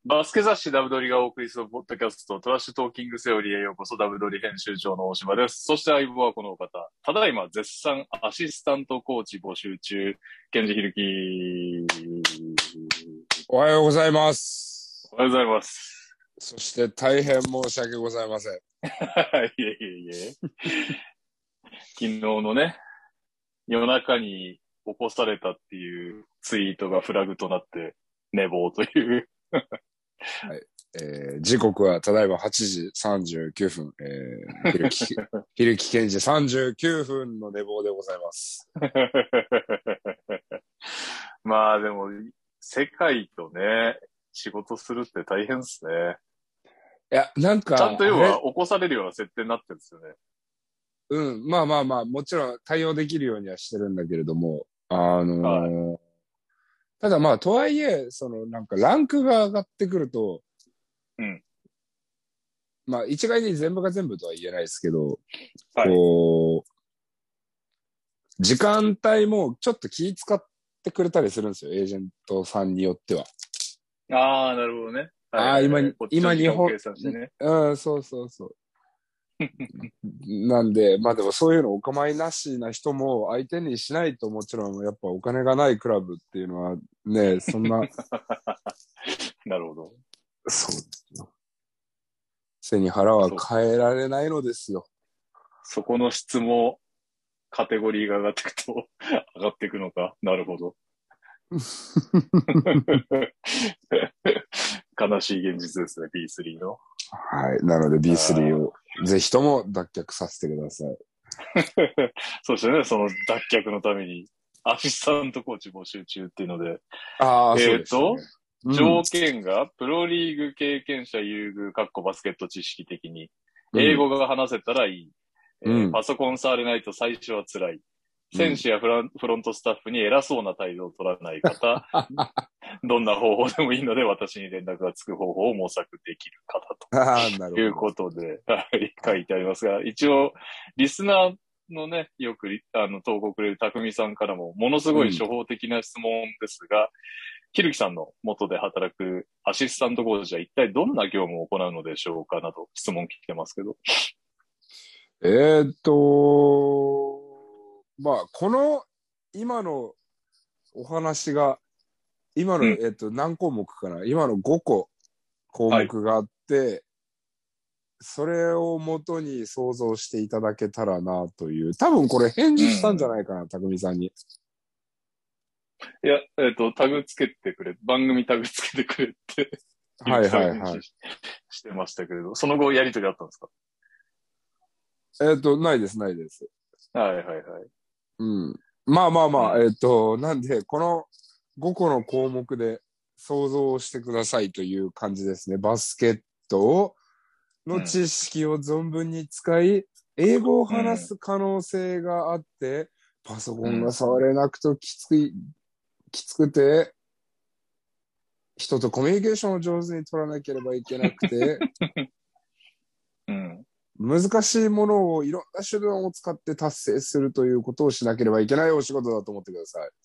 バスケ雑誌ダブドリがお送りするポッドキャスト、トラッシュトーキングセオリーへようこそ。ダブドリ編集長の大島です。そして相棒はこのお方。ただいま絶賛アシスタントコーチ募集中、ケンジヒルキ。 おはようございます。 おはようございます。 そして大変申し訳ございません。 いえいえいえ。昨日のね、夜中に起こされたっていうツイートがフラグとなって寝坊という。 はい。時刻はただいま8時39分。ひるきけんじ39分の寝坊でございます。 まあでも、世界とね、仕事するって大変ですね。 いや、なんか、 ちゃんと要は起こされるような設定になってるんですよね。 うん、まあ、もちろん対応できるようにはしてるんだけれども、 はい。 ただまあ、とはいえ、なんかランクが上がってくると、 うん。 まあ、一概に全部が全部とは言えないですけど、 はい。 こう、時間帯もちょっと気使ってくれたりするんですよ、エージェントさんによっては。 ああ、なるほどね。はいああ、 はいはい。こっちの時今日本、 間を計算してね。 うん、そうそうそう。なんで、まあでもそういうのお構いなしな人も相手にしないともちろんやっぱお金がないクラブっていうのはね、そんな、 なるほど。 そう、背に腹はそう。 変えられないのですよ。 そこの質もカテゴリーが上がっていくと上がっていくのか。なるほど。悲しい現実ですね、B3 の。 はい。なので B3 をぜひとも脱却させてください。 そしてね、その脱却のためにアシスタントコーチ募集中っていうので、 ああ、そうでしたね。うん。 条件が、プロリーグ経験者優遇、かっこバスケット知識的に、 うん。 英語が話せたらいい。 うん。 パソコン触れないと最初は辛い。 うん。 選手やフロントスタッフに偉そうな態度を取らない方、どんな方法でもいいので私に連絡がつく方法を模索できる方ああ、なるというほど。 ことで、はい、書いてありますが、一応、リスナーのね、よく投稿くれる匠さんからも、ものすごいうん。 初歩的な質問ですが、ひるきさんの元で働くアシスタントコーチは一体どんな業務を行うのでしょうかなど質問来てますけど。 まあ、この今のお話が、今の、 うん。 何項目かな、今の5個項はい。 目があって、それをもとに想像していただけたらなという、多分これ返う事したんじゃん。 ないかな、匠さんに。 いや、タグつけてくれ、番組タグつけてくれって、ひるはいきさんはいはい。 返信してましたけれど、その後やりとりあったんですか？ ないです、ないです。 はいはいはい。 うん。まあ、 うん。 なんで、この5個の項目で想像してくださいという感じですね。バスケットのうん。 知識を存分に使い、英語をうん。 話す可能性があって、パソコンがうん。 触れなくときつくて、人とコミュニケーションを上手に取らなければいけなくて、 うん。 難しいものをいろんな手段を使って達成するということをしなければいけないお仕事だと思ってください。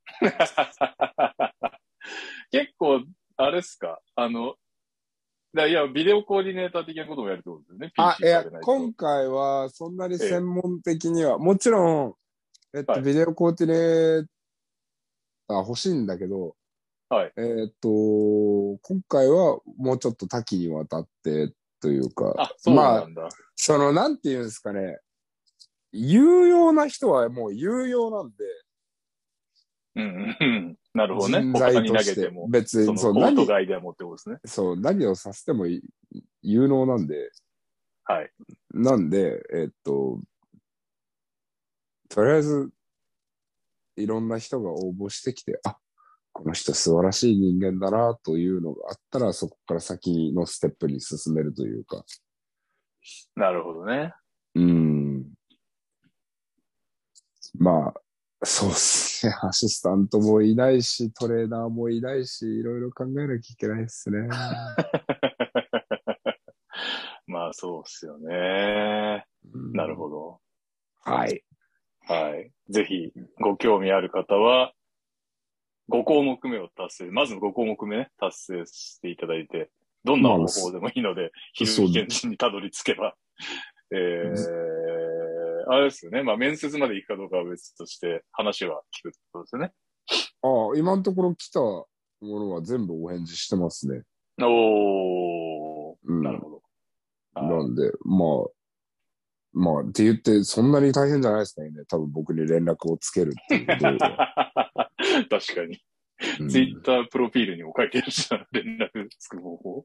結構、あれっすかいや、ビデオコーディネーター的なこともやるってことですよね。 い PC 触や、 れないと。 今回はそんなにええ。 専門的には、もちろん、 はい。 ビデオコーディネーター欲しいんだけど、 はい。 今回はもうちょっと多岐にわたってというか、 あ、そうまあ、 なんだ。 なんていうんですかね、有用な人はもう有用なんで、 うん、うん。なるほどね。 人他に材として、 投げても、 別に、 そのコート外でもってことですね。 何をさせても有能なんで、 はい。 なんで、とりあえず、いろんな人が応募してきて、あ、この人素晴らしい人間だな、というのがあったら、そこから先のステップに進めるというか、 なるほどね。 うん。まあ、そうっすね。アシスタントもいないし、トレーナーもいないし、いろいろ考えなきゃいけないっすね。 まあ、そうっすよね。 うん、 なるほど。 はい。 はい。ぜひ、ご興味ある方は、5 5項目目を達成、まず5項目目ね、達成していただいて、どんな方法でもいいので、ひるき検診にたどり着けば、あれですよね。まあ、面接まで行くかどうかは別として、話は聞くってことですよね。 ああ、今のところ来たものは全部お返事してますね。 おー、 うん、 なるほど。 なんで、まあ、って言って、そんなに大変じゃないですかね。多分僕に連絡をつけるっていうことは。 確かに。 うん、 ツイッタープロフィールにも書いてるし、連絡つく方法。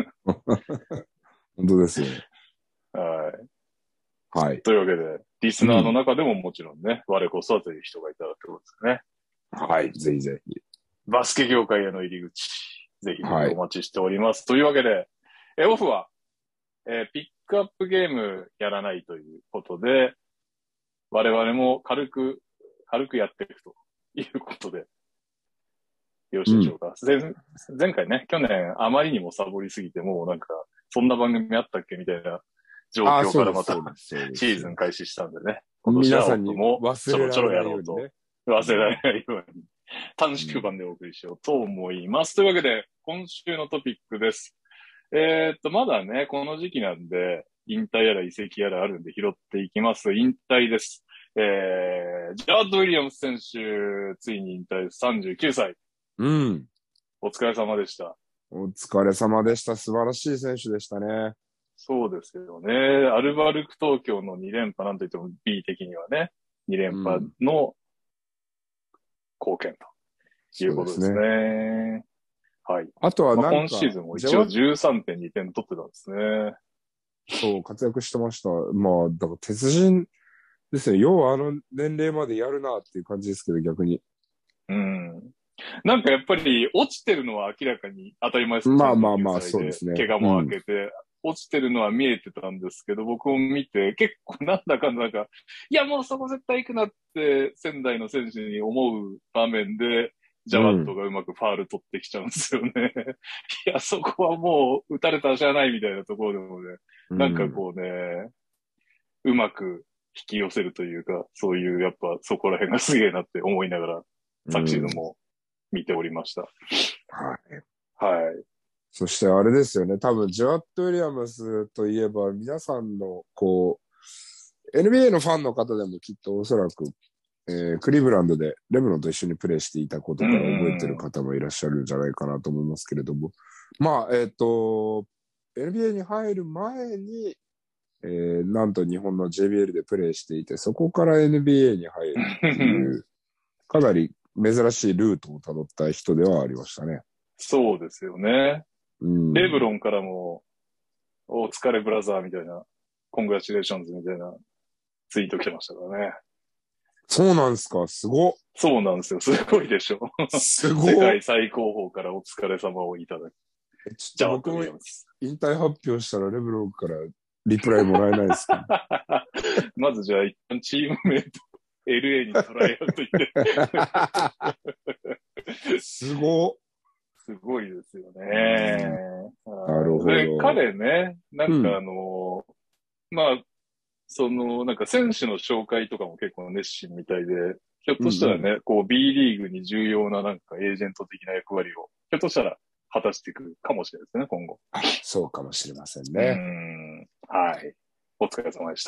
本当ですよね。 はい。 はい。 というわけで、リスナーの中でももちろんね、我こそはという人がいたってことですね。 はい。ぜひぜひ。 バスケ業界への入り口、ぜひお待ちしております。というわけで、オフは、ピックアップゲームやらないということで、我々も軽くやっていくということで、よろしいでしょうか。前回ね、去年あまりにもサボりすぎて、もうなんか、そんな番組あったっけみたいな状況からまたシーズン開始したんでね。今年はもちょろちょろやろうと。忘れられないように。短縮版でお送りしようと思います。というわけで、今週のトピックです。まだね、この時期なんで、引退やら移籍やらあるんで拾っていきます。引退です。ジャード・ウィリアムス選手、ついに引退です。39歳。 うん。 お疲れ様でした。 お疲れ様でした。素晴らしい選手でしたね。 そうですよね。アルバルク東京の2連覇なんといっても B 的にはね、2連覇の貢献ということですね。はい。 あとは今シーズンも一応 13.2 点取ってたんですね。 そう、活躍してました。まあ、だから鉄人ですよ。要はあの年齢までやるなっていう感じですけど、逆に。 うん。なんかやっぱり落ちてるのは明らかに当たり前です。 まあ、そうですね。 怪我も明けて、落ちてるのは見えてたんですけど、僕も見て結構なんだかんだいやもうそこ絶対行くなって仙台の選手に思う場面で、ジャワットがうまくファール取ってきちゃうんですよね。いや、そこはもう打たれたらしゃあないみたいなところでもね、なんかこうね、うまく引き寄せるというか、そういうやっぱそこら辺がすげえなって思いながら、昨シーズンも見ておりました。 はい。 はい。 そしてあれですよね。多分、ジョアット・ウィリアムスといえば、皆さんの、NBA のファンの方でもきっとおそらく、クリーブランドでレブロンと一緒にプレーしていたことから覚えてる方もいらっしゃるんじゃないかなと思いますけれども。まあ、NBA に入る前に、なんと日本の JBL でプレーしていて、そこから NBA に入るっていう、かなり珍しいルートをたどった人ではありましたね。 そうですよね。レブロンからも、お疲れブラザーみたいな、コングラチュレーションズみたいなツイート来てましたからね。 そうなんですか、すご。 そうなんですよ。すごいでしょ。 すごい。 世界最高峰からお疲れ様をいただく。 じゃあ僕も引退発表したらレブロンからリプライもらえないですかまずじゃあ一旦チームメイト LA にトライアウト行って。 すご。 すごいですよね。 なるほど。 で、彼ね、なんかまあ、なんか選手の紹介とかも結構熱心みたいで、ひょっとしたらね、B リーグに重要ななんかエージェント的な役割を、ひょっとしたら果たしていくかもしれないですね、今後。 そうかもしれませんね。 はい。お疲れ様でした。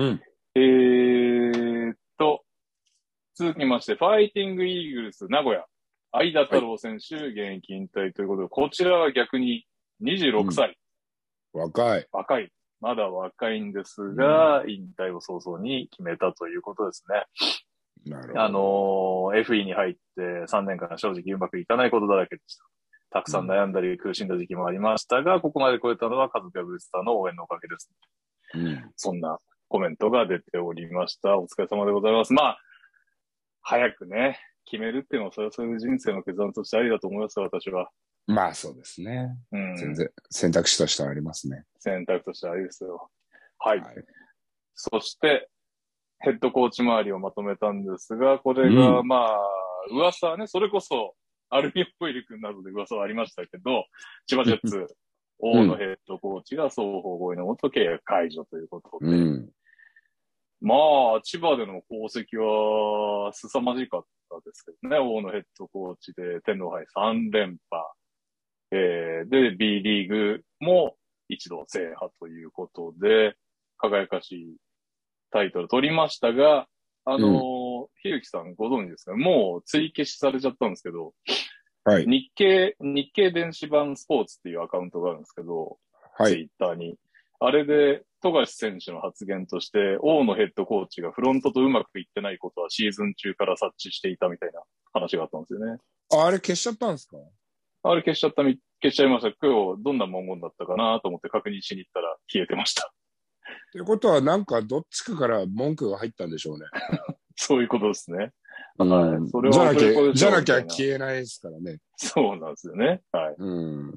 続きまして、ファイティングイーグルス名古屋、相田太郎選手、現役引退ということで、こちらは逆に26歳。 若い。 まだ若いんですが、引退を早々に決めたということですね。 なるほど。 FE に入って3年間正直うまくいかないことだらけでした。たくさん悩んだり苦しんだ時期もありましたが、ここまで超えたのは家族やブースターの応援のおかげです。そんなコメントが出ておりました。お疲れ様でございます。まあ、早くね、決めるっていうのはそれはそれで人生の決断としてありだと思います、私は。 まあそうですね。全然選択肢としてはありますね。 選択としてはありですよ。はい。そして、ヘッドコーチ周りをまとめたんですが、これが、まあ、噂はね、それこそ、アルミオイル君などで噂はありましたけど、千葉ジェッツ、大野ヘッドコーチが双方合意のもと契約解除ということで、 まあ、千葉での功績は凄まじかったですけどね。大野ヘッドコーチで天皇杯3連覇。で、B リーグも一度制覇ということで、輝かしいタイトル取りましたが、ひるきさんご存知ですか？もう追消しされちゃったんですけど、 はい。 日経電子版スポーツっていうアカウントがあるんですけど、 はい。 ツイッターに。あれで、富樫選手の発言として、大野ヘッドコーチがフロントとうまくいってないことはシーズン中から察知していたみたいな話があったんですよね。 あれ消しちゃったんですか？ あれ消しちゃいました。今日どんな文言だったかなと思って確認しに行ったら消えてました。 ってことは、なんかどっちかから文句が入ったんでしょうね。 そういうことですね。はい。 うん。 それはオフレコでしょ、 じゃなきゃみたいな。 消えないですからね。 そうなんですよね。はい。 うん。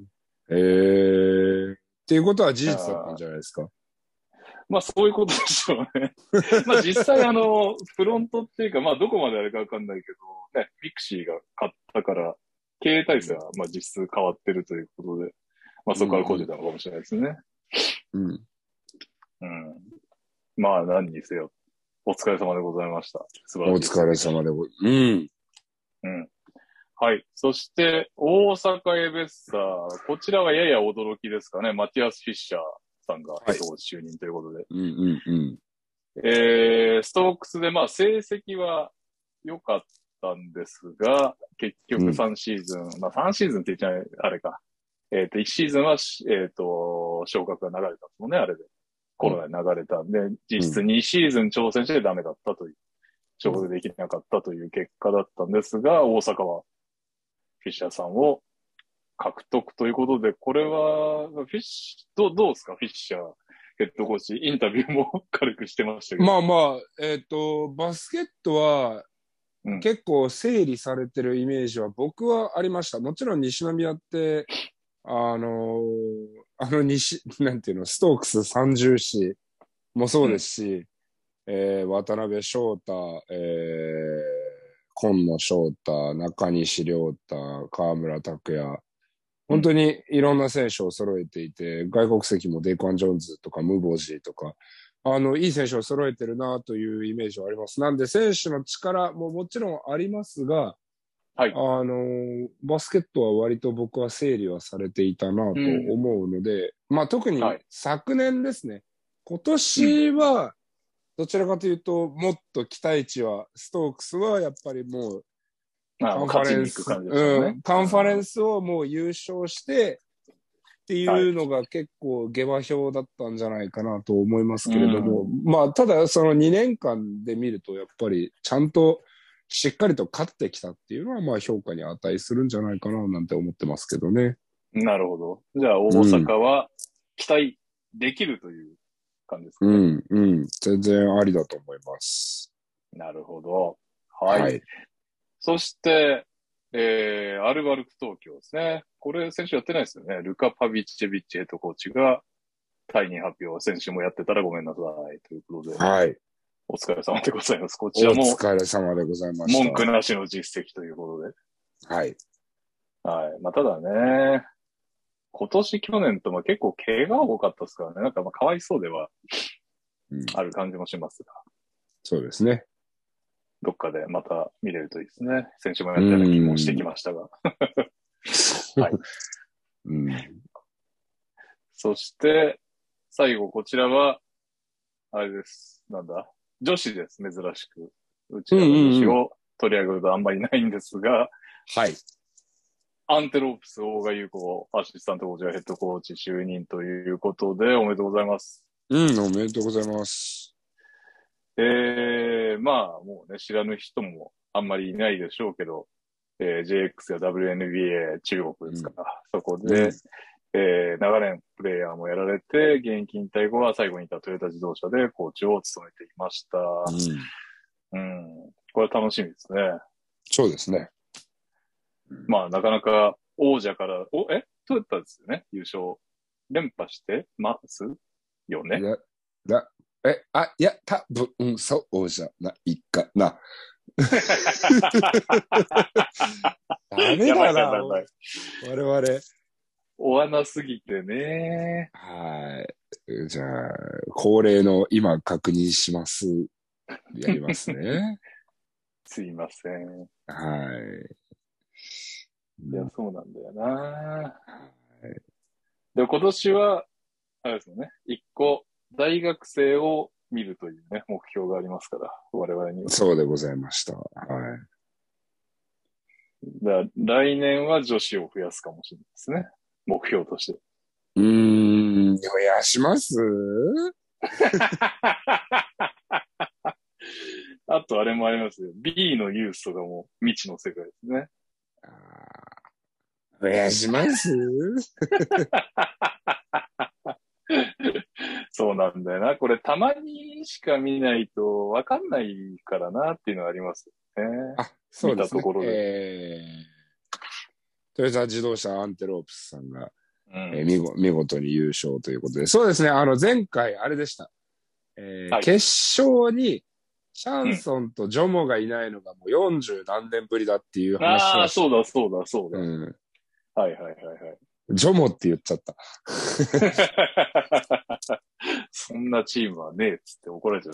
っていうことは事実だったんじゃないですか。 まあそういうことでしょうね。まあ実際フロントっていうか、まあどこまであれかわかんないけど、ね、ミクシーが買ったから、経営体制はまあ実質変わってるということで、まあそこからこじたのかもしれないですね。 うん。 うん。まあ何にせよ、お疲れ様でございました。素晴おらしい疲れ様でうん。 うん。はい。そして、大阪エベッサー。こちらはやや驚きですかね。マティアス・フィッシャーさんがヘッドコーチ就任ということで。 うんうんうん。 ストークスで、まあ、成績は良かったんですが、結局3シーズン、まあ3シーズンって言っちゃあれか。1シーズンは、昇格が流れたんですもんね、あれで。コロナで流れたんで、実質2シーズン挑戦してダメだったという、昇格できなかったという結果だったんですが、大阪はフィッシャーさんを獲得ということで、これは、どうですか、フィッシャーヘッドコーチ。インタビューも軽くしてましたけど。 まあまあ、バスケットはうん。 結構整理されてるイメージは僕はありました。もちろん西宮って、なんていうの、ストークス三重士もそうですうん。 し、渡辺翔太、今野翔太、中西亮太、河村拓也、 うん。 本当にいろんな選手を揃えていて、外国籍もデイコン・ジョーンズとかムボジーとか、いい選手を揃えてるなというイメージはあります。なんで選手の力ももちろんありますが、 はい。 バスケットは割と僕は整理はされていたなとうん。 思うので、まあ特にはい。 昨年ですね。今うん。 年はどちらかというと、もっと期待値は、ストークスはやっぱりもうまあ、もうカンファ勝ちに行くレンス、 感じでしょうね。 カうん。 ンファレンスをもう優勝してってはい。 いうのが結構下馬評だったんじゃないかなと思いますうけれども、 ん。 まあ、ただその2年間で見ると、やっぱりちゃんとしっかりと勝ってきたっていうのは、まあ評価に値するんじゃないかななんて思ってますけどね。 なるほど。じゃあ、大うん、 阪は期待できるという感じですかね。 うん、うん。全然ありだと思います。 なるほど。はい。 はい。 そして、アルバルク東京ですね。これ、先週やってないですよね。ルカ・パビッチェビッチヘッドコーチが退任発表、先週もやってたらごめんなさい。ということで、 はい。 お疲れ様でございます。こちらおも疲れ様でございました。 文句なしの実績ということで。 はい。 はい。まあ、ただね、今年、去年と結構怪我多かったですからね。なんかかわいそうではうん、 ある感じもしますが、 そうですね。 どっかでまた見れるといいですね。先週もやうったような気もしてきん。 ましたが。 そはい。 う。うん。 そして、最後、こちらは、あれです。なんだ。女子です、珍しく。ううんちらの女子うんうん。 を取り上げることあんまりないんですが、 はい。 アンテロープス大賀優子アシスタントコーチがヘッドコーチ就任ということで、おめでとうございます。 うん、おめでとうございます。 まあ、もうね、知らぬ人もあんまりいないでしょうけど、JX や WNBA 中国ですか。 うん。 そこで、 うん。 長年プレイヤーもやられて、現役引退後は最後にいたトヨタ自動車でコーチを務めていました。 うん。 うん。これ楽しみですね。 そうですね。うん、 まあ、なかなか王者から、トヨタですよね、優勝。連覇してますよね。 いや、いや、多分、そうじゃないかな。ダメやばいやだな、 ばいやばい。 我々。 追わなすぎてね。 はい。じゃあ、恒例の今確認します。やりますね。 すいません。 はい。 いや、そうなんだよな。 はい、 で、今年は、あれですよね。一個、大学生を見るというね、目標がありますから、我々には。 そうでございました。はい。 だ来年は女子を増やすかもしれないですね。目標として。 増やしますあとあれもありますよ。B のユースとかも未知の世界ですね。 増やしますそうなんだよな。これたまにしか見ないとわかんないからなっていうのがありますよね。 あ、そ見うですね。 たところで。 トヨタ自動車アンテロープスさんが、 うん。 見事に優勝ということで。そうですね。前回、あれでした。 はい。 決勝に、シャうん。 ンソンとジョモがいないのがもう40何年ぶりだっていう話ああ、 はそうだ、そうだ、そうだ。 うん。 はいはいはいはい。 ジョモって言っちゃった。 そんなチームはねえっつって怒られちゃう。 うん。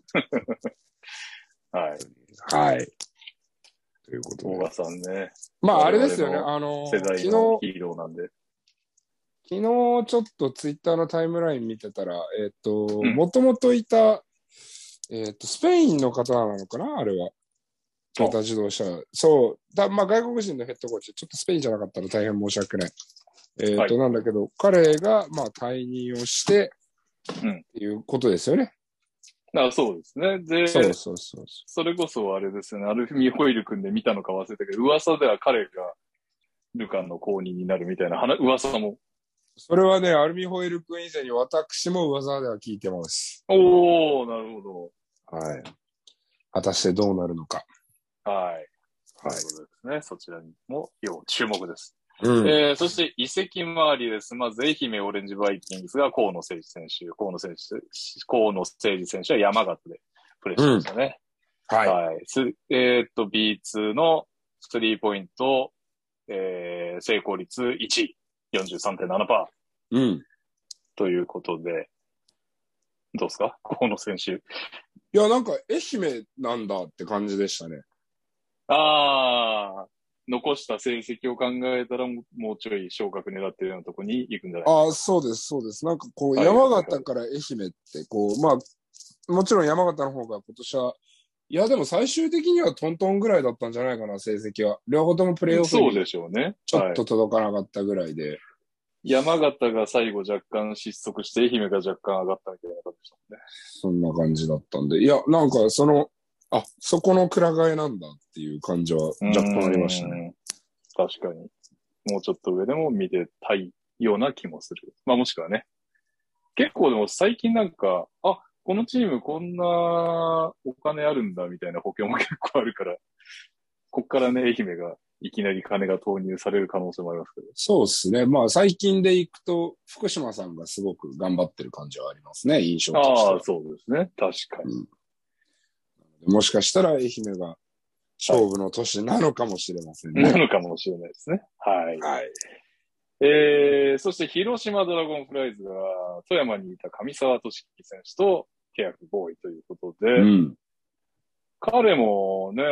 はい。 はい。ということで。 大賀さんね。 まあ、あ我れですよね。 々の世代昨日、 のヒーローなんで。 昨日ちょっとツイッターのタイムライン見てたら、 うん。 もともといた、スペインの方なのかなあれは。トヨタ自動車。そう。まあ、外国人のヘッドコーチ、ちょっとスペインじゃなかったら大変申し訳ない。 はい。 なんだけど、彼が、まあ、退任をして、 うん。 っていうことですよね。 あ、そうですね。で、 そうそうそうそそれこそあれですよね。アルフィミホイル君で見たのか忘れたけど、噂では彼がルカンの後任になるみたいな噂も。 う。それはね、アルミホイル君以前に私も噂では聞いてます。 おー、なるほど。 はい。果たしてどうなるのか。 はい。とはい。 いうことですね。そちらにも要注目です。 うん。 そして移籍周りです。まず、愛媛オレンジバイキングスが河野誠司選手。河野誠司選手は山形でプレーしてまうん。 したね。 はい。 はい。B2 のスリーポイント、成功率1位、43.7% うん。 ということで、どうですか河野選手。 いや、なんか、愛媛なんだって感じでしたね。 ああ、残した成績を考えたらもうちょい昇格狙ってるようなとこに行くんじゃないですああ、 か。 そうです、そうです。なんかこう、 はい山はいはい。 形から愛媛って、こう、まあ、もちろん山形の方が今年は、いや、でも最終的にはトントンぐらいだったんじゃないかな、成績は。両方ともプレイオフにそうでしょうね。 ちょっはい。 と届かなかったぐらいで。 山形が最後若干失速して、愛媛が若干上がったみたいな感じでしたもんね。 そんな感じだったんで。いや、なんかそこのくら替えなんだっていう感じはうー若干ありましたね。 ん。確かに。もうちょっと上でも見てたいような気もする。まあもしくはね。結構でも最近なんか、あ、このチームこんなお金あるんだみたいな補強も結構あるから、こっからね、愛媛がいきなり金が投入される可能性もありますけど。 そうですね。まあ最近でいくと、福島さんがすごく頑張ってる感じはありますね、印象としてああ、 は。 そうですね。確かに。 うん、もしかしたら愛媛がはい。 勝負の年なのかもしれませんね。 なのかもしれないですね。はい。 はい。 そして広島ドラゴンフライズが富山にいた上沢俊樹選手と契約合意ということで、 うん。 彼もね、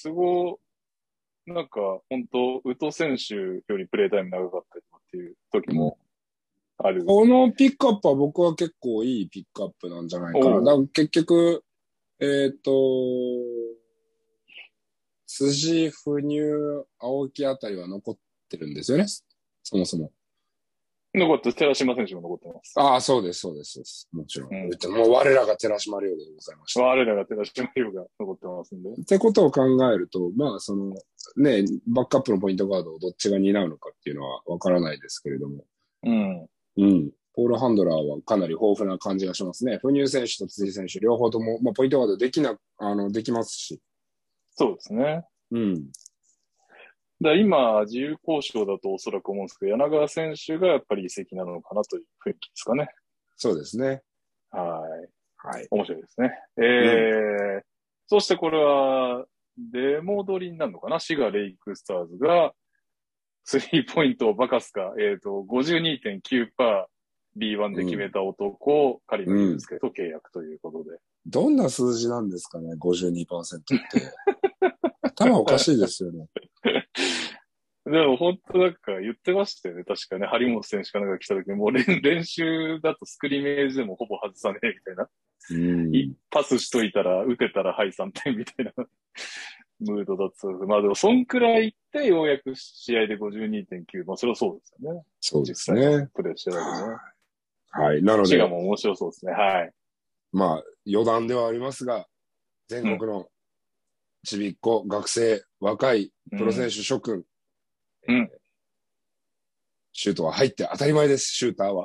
なんか本当、宇都選手よりプレータイム長かったりとかっていう時うん、 もある。 このピックアップは僕は結構いいピックアップなんじゃないかな。だおお、 から結局、えっと、辻、不入、青木あたりは残ってるんですよね。そもそも。 残って、寺島選手も残ってます。 ああ、そうです、そうです、そうです。もちろん。 うん。 もう我らが寺島亮でございました。 我らが寺島優が残ってますんで。 ってことを考えると、まあ、ね、バックアップのポイントガードをどっちが担うのかっていうのはわからないですけれども。 うん。 うん。ポールハンドラーはかなり豊富な感じがしますね。不入選手と辻選手、両方とも、まあ、ポイントガードできますし。 そうですね。 うん。 今、自由交渉だとおそらく思うんですけど、柳川選手がやっぱり移籍なのかなという雰囲気ですかね。 そうですね。 はい。 はい。 面白いですね。 うん。 そしてこれは、出戻りになるのかな滋賀レイクスターズが、 スリーポイントをバカすか、52.9% B1 で決めた男を、狩野祐介と契約ということで。 どんな数字なんですかね、52% って。頭おかしいですよね。 でも本当なんか言ってましたよね。確かね、張本選手かなんか来た時もう練習だとスクリメージでもほぼ外さねえみたいな。パスしといたら、打てたらはい3点みたいなムードだったそうです。まあでも、そんくらい行ってようやく試合で 52.9。まあそれはそうですよね。 そうですね。 実際プレーしてるわけね。 はい。なので。 シガも面白そうですね。はい。 まあ余談ではありますが、全国のちびっ子、学生、若いプロ選手諸君、シュートは入って当たり前です、シューターは。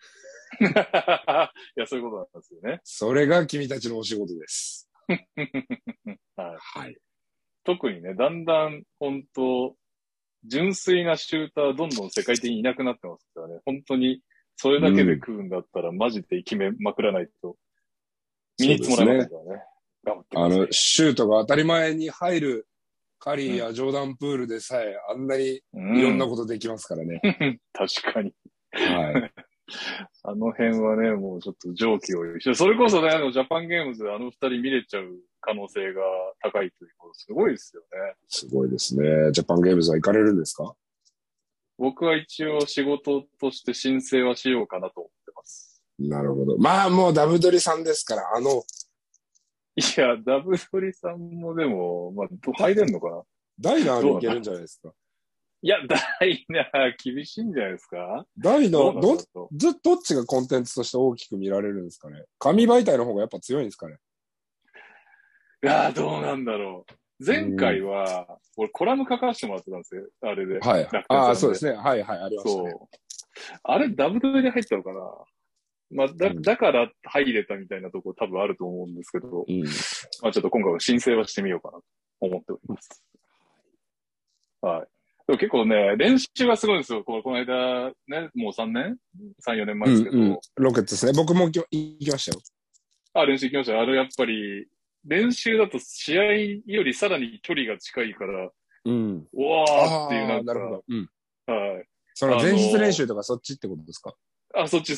いや、そういうことなんですよね。 それが君たちのお仕事です。 はい。特にね、だんだん、本当純粋なシューターどんどん世界的にいなくなってますからね。本当に、それだけで食うんだったら、マジで決めまくらないと、身につもらえませんからね。頑張ってください。 シュートが当たり前に入るカリーやジョーダンプールでさえ、あんなにいろんなことできますからね。 確かに。 はい。 あの辺はね、もうちょっと上気を逸して、それこそね、ジャパンゲームズであの二人見れちゃう可能性が高いということ、すごいですよね。 すごいですね。ジャパンゲームズは行かれるんですか？ 僕は一応仕事として申請はしようかなと思ってます。 なるほど。まあもうダブドリさんですから、 いや、ダブドリさんもでも、まあ、入れんのかな？ ダイナーでいけるんじゃないですか？ いや、ダイナー厳しいんじゃないですか？ ダイナー、どっちがコンテンツとして大きく見られるんですかね？紙媒体の方がやっぱ強いんですかね？ いや、どうなんだろう。前回は、俺コラム書かせてもらってたんですよ。あれで。 はい。ああ、そうですね。はいはい、ありましたね。 そう。あれ、ダブドリで入ったのかな？まあ、だから入れたみたいなとこ多分あると思うんですけど、まあちょっと今回は申請はしてみようかなと思っております。はい。でも結構ね、練習はすごいんですよ。この間、ね、もう3年 ?3、4年前ですけど。 ロケッツですね。僕も行きましたよ。 練習行きました。やっぱり、練習だと試合よりさらに距離が近いから、うわーっていうなんか。 なるほど。 はい。 その前日練習とかそっちってことですか？ そっちです。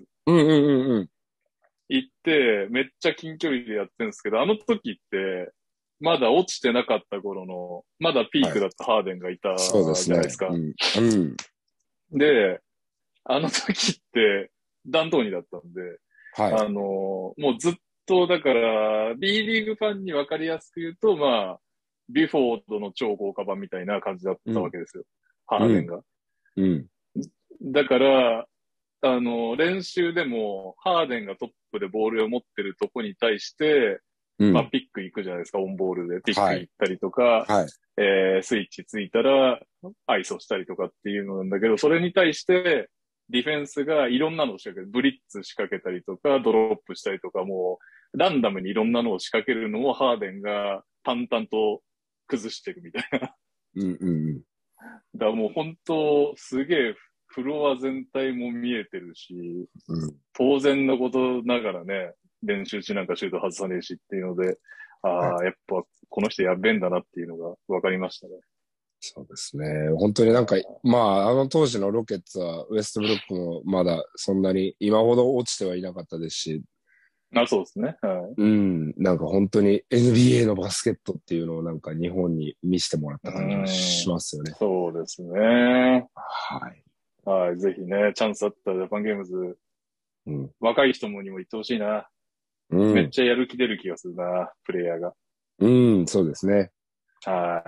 行って、めっちゃ近距離でやってるんですけど、あの時って、まだ落ちてなかった頃の、まだピークだったハーデンがいたじゃないですか。で、あの時って、弾頭にだったんで、もうずっと、だから、B リーグファンに分かりやすく言うと、まあ、ビュフォードの超豪華版みたいな感じだったわけですよ。ハーデンが。だから、練習でも、ハーデンがトップでボールを持ってるとこに対して、まあ、ピック行くじゃないですか、オンボールで。ピック行ったりとか、スイッチついたら、アイソしたりとかっていうのなんだけど、それに対して、ディフェンスがいろんなのを仕掛ける。ブリッツ仕掛けたりとか、ドロップしたりとか、もう、ランダムにいろんなのを仕掛けるのをハーデンが淡々と崩してるみたいな。だからもう本当、すげえ、フロア全体も見えてるし、当然のことながらね、練習中なんかシュート外さねえしっていうので、やっぱこの人やべえんだなっていうのが分かりましたね。 そうですね。本当になんか、まあ、あの当時のロケッツは、ウエストブルックもまだそんなに今ほど落ちてはいなかったですし。 そうですね。 なんか本当に NBA のバスケットっていうのをなんか日本に見せてもらった感じがしますよね。 そうですね。 はい。 はい。ぜひね、チャンスあったらジャパンゲームズ、若い人にも行ってほしいな。めっちゃやる気出る気がするな、プレイヤーが。 そうですね。 はい。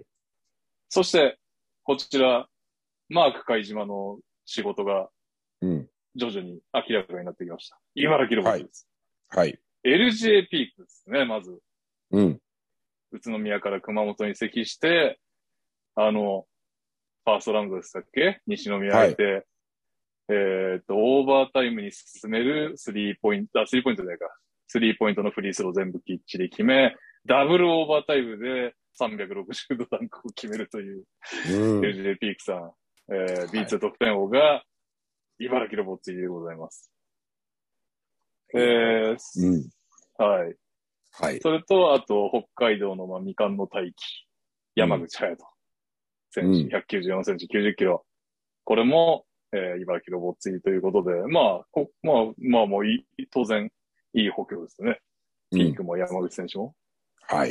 そして、こちら、マーク貝島の仕事が、徐々に明らかになってきました。茨城ロボットです。 はい。 LJ ピークですね、まず。 宇都宮から熊本に移籍して、ファーストラウンドでしたっけ？西宮相手、オーバータイムに進めるスリーポイントじゃないか。スリーポイントのフリースロー全部きっちり決め、ダブルオーバータイムで360度ダンクを決めるという、LJ ピークさん、B2 得点王が、茨城ロボッツでございます。はい。それと、あと、北海道の未完の大輝、山口隼人。 選手、194センチ、90キロ。これも、茨城ロボッツィということで、もう当然、いい補強ですね。ピークも山口選手も。 はい。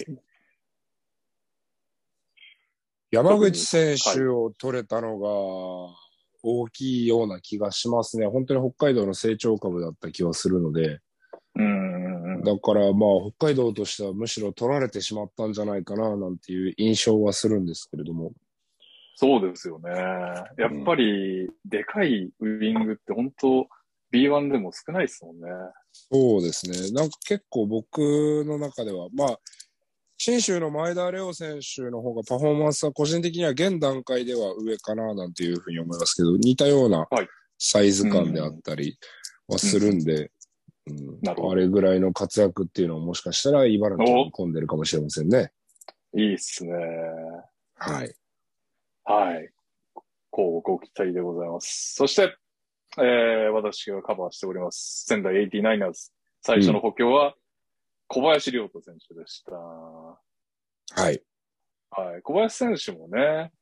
山口選手を取れたのが大きいような気がしますね。本当に北海道の成長株だった気はするので。だから北海道としてはむしろ取られてしまったんじゃないかななんていう印象はするんですけれども。 そうですよね。やっぱり、でかいウイングって本当 B1 でも少ないですもんね。 そうですね。なんか結構僕の中では、信州の前田レオ選手の方がパフォーマンスは個人的には現段階では上かななんていうふうに思いますけど、似たようなサイズ感であったりはするんで、あれぐらいの活躍っていうのはもしかしたら茨城に込んでるかもしれませんね。 いいっすね。 はい。 はい。ご期待でございます。そして、私がカバーしております。仙台 89ers。最初の補強は、小林亮太選手でした。はい。 はい。小林選手もね、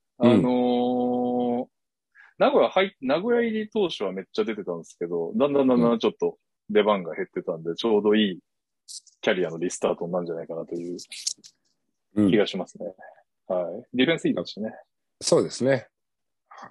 名古屋入り当初はめっちゃ出てたんですけど、だんだんちょっと出番が減ってたんで、ちょうどいいキャリアのリスタートなんじゃないかなという気がしますね。はい。ディフェンスいいですしね。 そうですね。はい。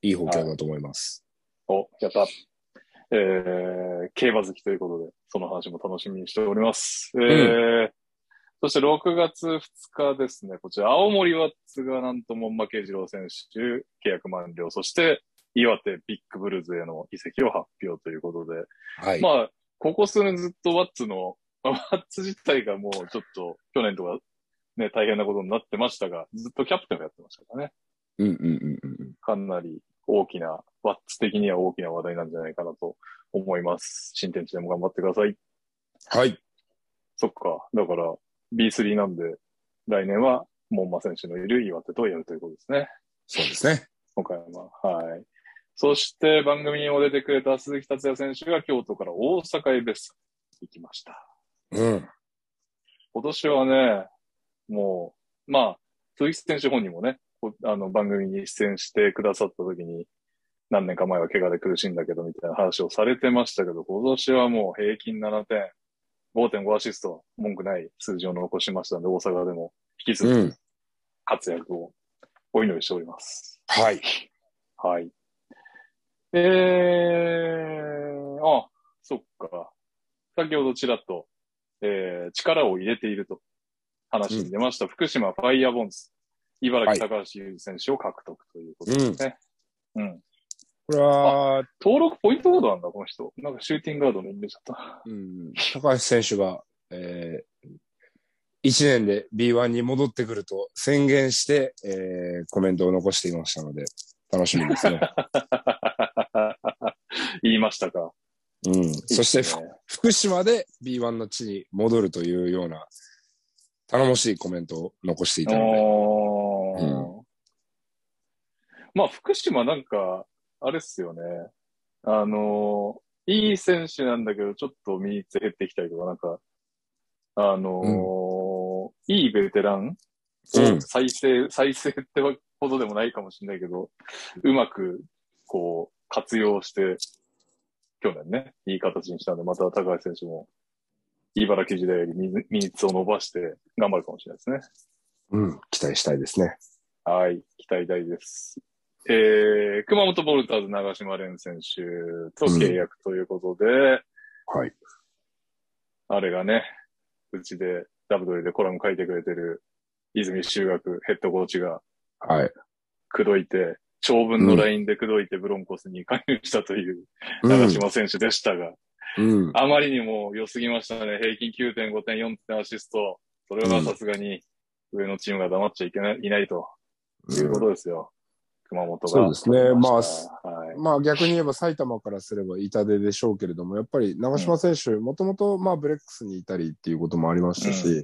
いい補強だと思います。 やった。競馬好きということで、その話も楽しみにしております。そして6月2日ですね、こちら、青森ワッツがなんと門馬慶次郎選手、契約満了、そして岩手ビッグブルーズへの移籍を発表ということで、はい、ここ数年ずっとワッツ自体がもうちょっと去年とかね、大変なことになってましたが、ずっとキャプテンをやってましたからね。かなり大きな、ワッツ的には大きな話題なんじゃないかなと思います。新天地でも頑張ってください。 はい。 そっか。だから、B3 なんで、来年は、門馬選手のいる岩手とやるということですね。 そうですね。 今回ははい。そして、番組にも出てくれた鈴木達也選手が京都から大阪へ別行きました。今年はね、もう、鈴木選手本人もね、番組に出演してくださった時に、何年か前は怪我で苦しんだけど、みたいな話をされてましたけど、今年はもう平均7点、5.5 アシスト、文句ない数字を残しましたので、大阪でも引き続き活躍をお祈りしております。 はい。 はい。そっか。先ほどちらっと、力を入れていると話に出ました。福島ファイヤーボンズ。茨城高橋優選手を獲得ということですね。これは、登録ポイントガードなんだ、この人。なんかシューティングガードのイメージだった。 高橋選手が、1年で B1 に戻ってくると宣言して、コメントを残していましたので、楽しみですね。 言いましたか。 そして、福島で B1 の地に戻るというような、頼もしいコメントを残していたので。福島なんか、あれっすよね。いい選手なんだけど、ちょっとミーツ減ってきたりとか、なんか、いいベテランを再生ってほどでもないかもしれないけど、うまく、活用して、去年ね、いい形にしたんで、また高橋選手も、茨城時代よりミーツを伸ばして頑張るかもしれないですね。期待したいですね。 はい、期待大です。熊本ボルターズ長島蓮選手と契約ということで、 はい。 あれがね、うちでダブドリでコラム書いてくれてる泉修学ヘッドコーチが、 はい。 口説いて、長文のラインで口説いてブロンコスに加入したという長島選手でしたが、あまりにも良すぎましたね。平均 9.5 点、4点アシスト。それはさすがに上のチームが黙っちゃいないということですよ。熊本が。 そうですね。逆に言えば埼玉からすれば痛手でしょうけれども、やっぱり長島選手、もともとブレックスにいたりっていうこともありましたし、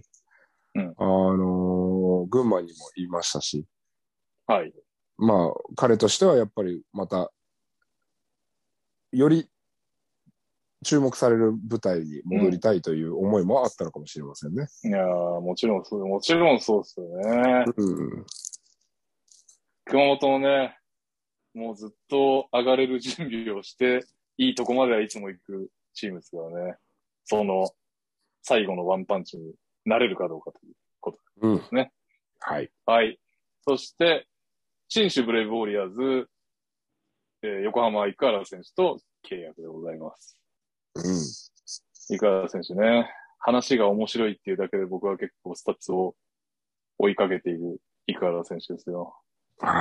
群馬にもいましたし、 はい。 彼としてはやっぱりまた、より注目される舞台に戻りたいという思いもあったのかもしれませんね。 いやー、もちろんそうですよね。 熊本のね、もうずっと上がれる準備をして、いいとこまではいつも行くチームですからね。その、最後のワンパンチになれるかどうかということですね。 はい。 はい。そして、新州ブレイブウォリアーズ、横浜生原選手と契約でございます。生原選手ね、話が面白いっていうだけで僕は結構スタッツを追いかけている生原選手ですよ。 はい。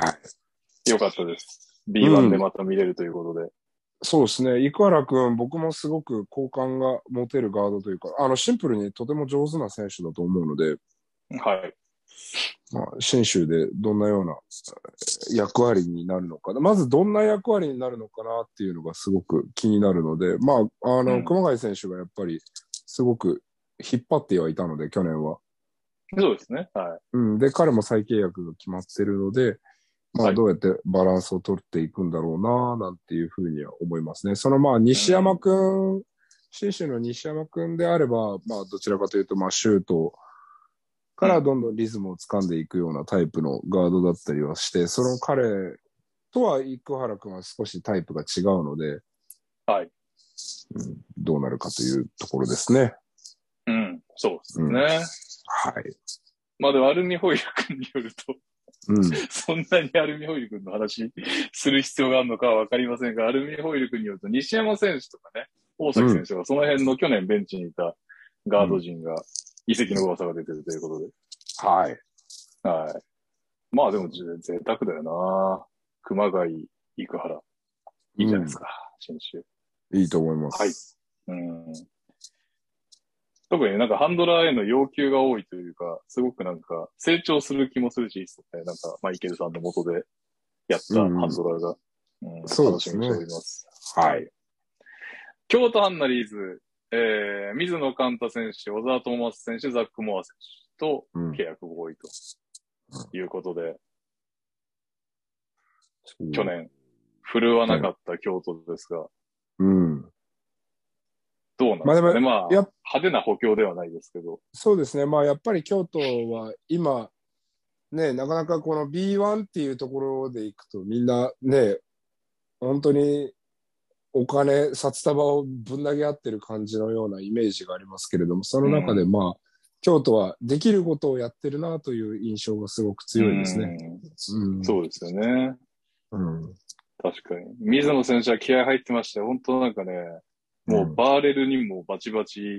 よかったです。B1 でまた見れるということで。 そうですね。生原くん、僕もすごく好感が持てるガードというか、シンプルにとても上手な選手だと思うので、 はい。 まあ、信州でどんなような役割になるのかな。まずどんな役割になるのかなっていうのがすごく気になるので、まあ、熊谷選手がやっぱりすごく引っ張ってはいたので、去年は。 そうですね。はい。 で、彼も再契約が決まってるので、まあ、どうやってバランスを取っていくんだろうな、なんていうふうには思いますね。まあ、西山くん、信州の西山くんであれば、まあ、どちらかというと、まあ、シュートからどんどんリズムを掴んでいくようなタイプのガードだったりはして、その彼とは生原くんは少しタイプが違うので、 はい。 どうなるかというところですね。 そうですね。 はい。 まあでもアルミホイル君によると、そんなにアルミホイル君の話する必要があるのかはわかりませんが、アルミホイル君によると西山選手とかね、大崎選手がその辺の去年ベンチにいたガード陣が移籍の噂が出てるということで。 はい。 はい。まあでも贅沢だよな。熊谷、生原。いいじゃないですか、新州。 いいと思います。 はい。特になんかハンドラーへの要求が多いというか、すごくなんか成長する気もするし、なんかマイケルさんの元でやったハンドラーが、楽しみにしております。 はい。 京都ハンナリーズ、水野寛太選手、小沢智松選手、ザック・モア選手と契約合意ということで、去年、振るわなかった京都ですが、どうなんですかね。まあ、派手な補強ではないですけど。 そうですね。まあ、やっぱり京都は今、ね、なかなかこの B1 っていうところでいくとみんなね、本当にお金、札束をぶん投げ合ってる感じのようなイメージがありますけれども、その中でまあ、京都はできることをやってるなという印象がすごく強いですね。 そうですよね。確かに。水野選手は気合入ってましたよ。本当なんかね、もうバーレルにもバチバチ、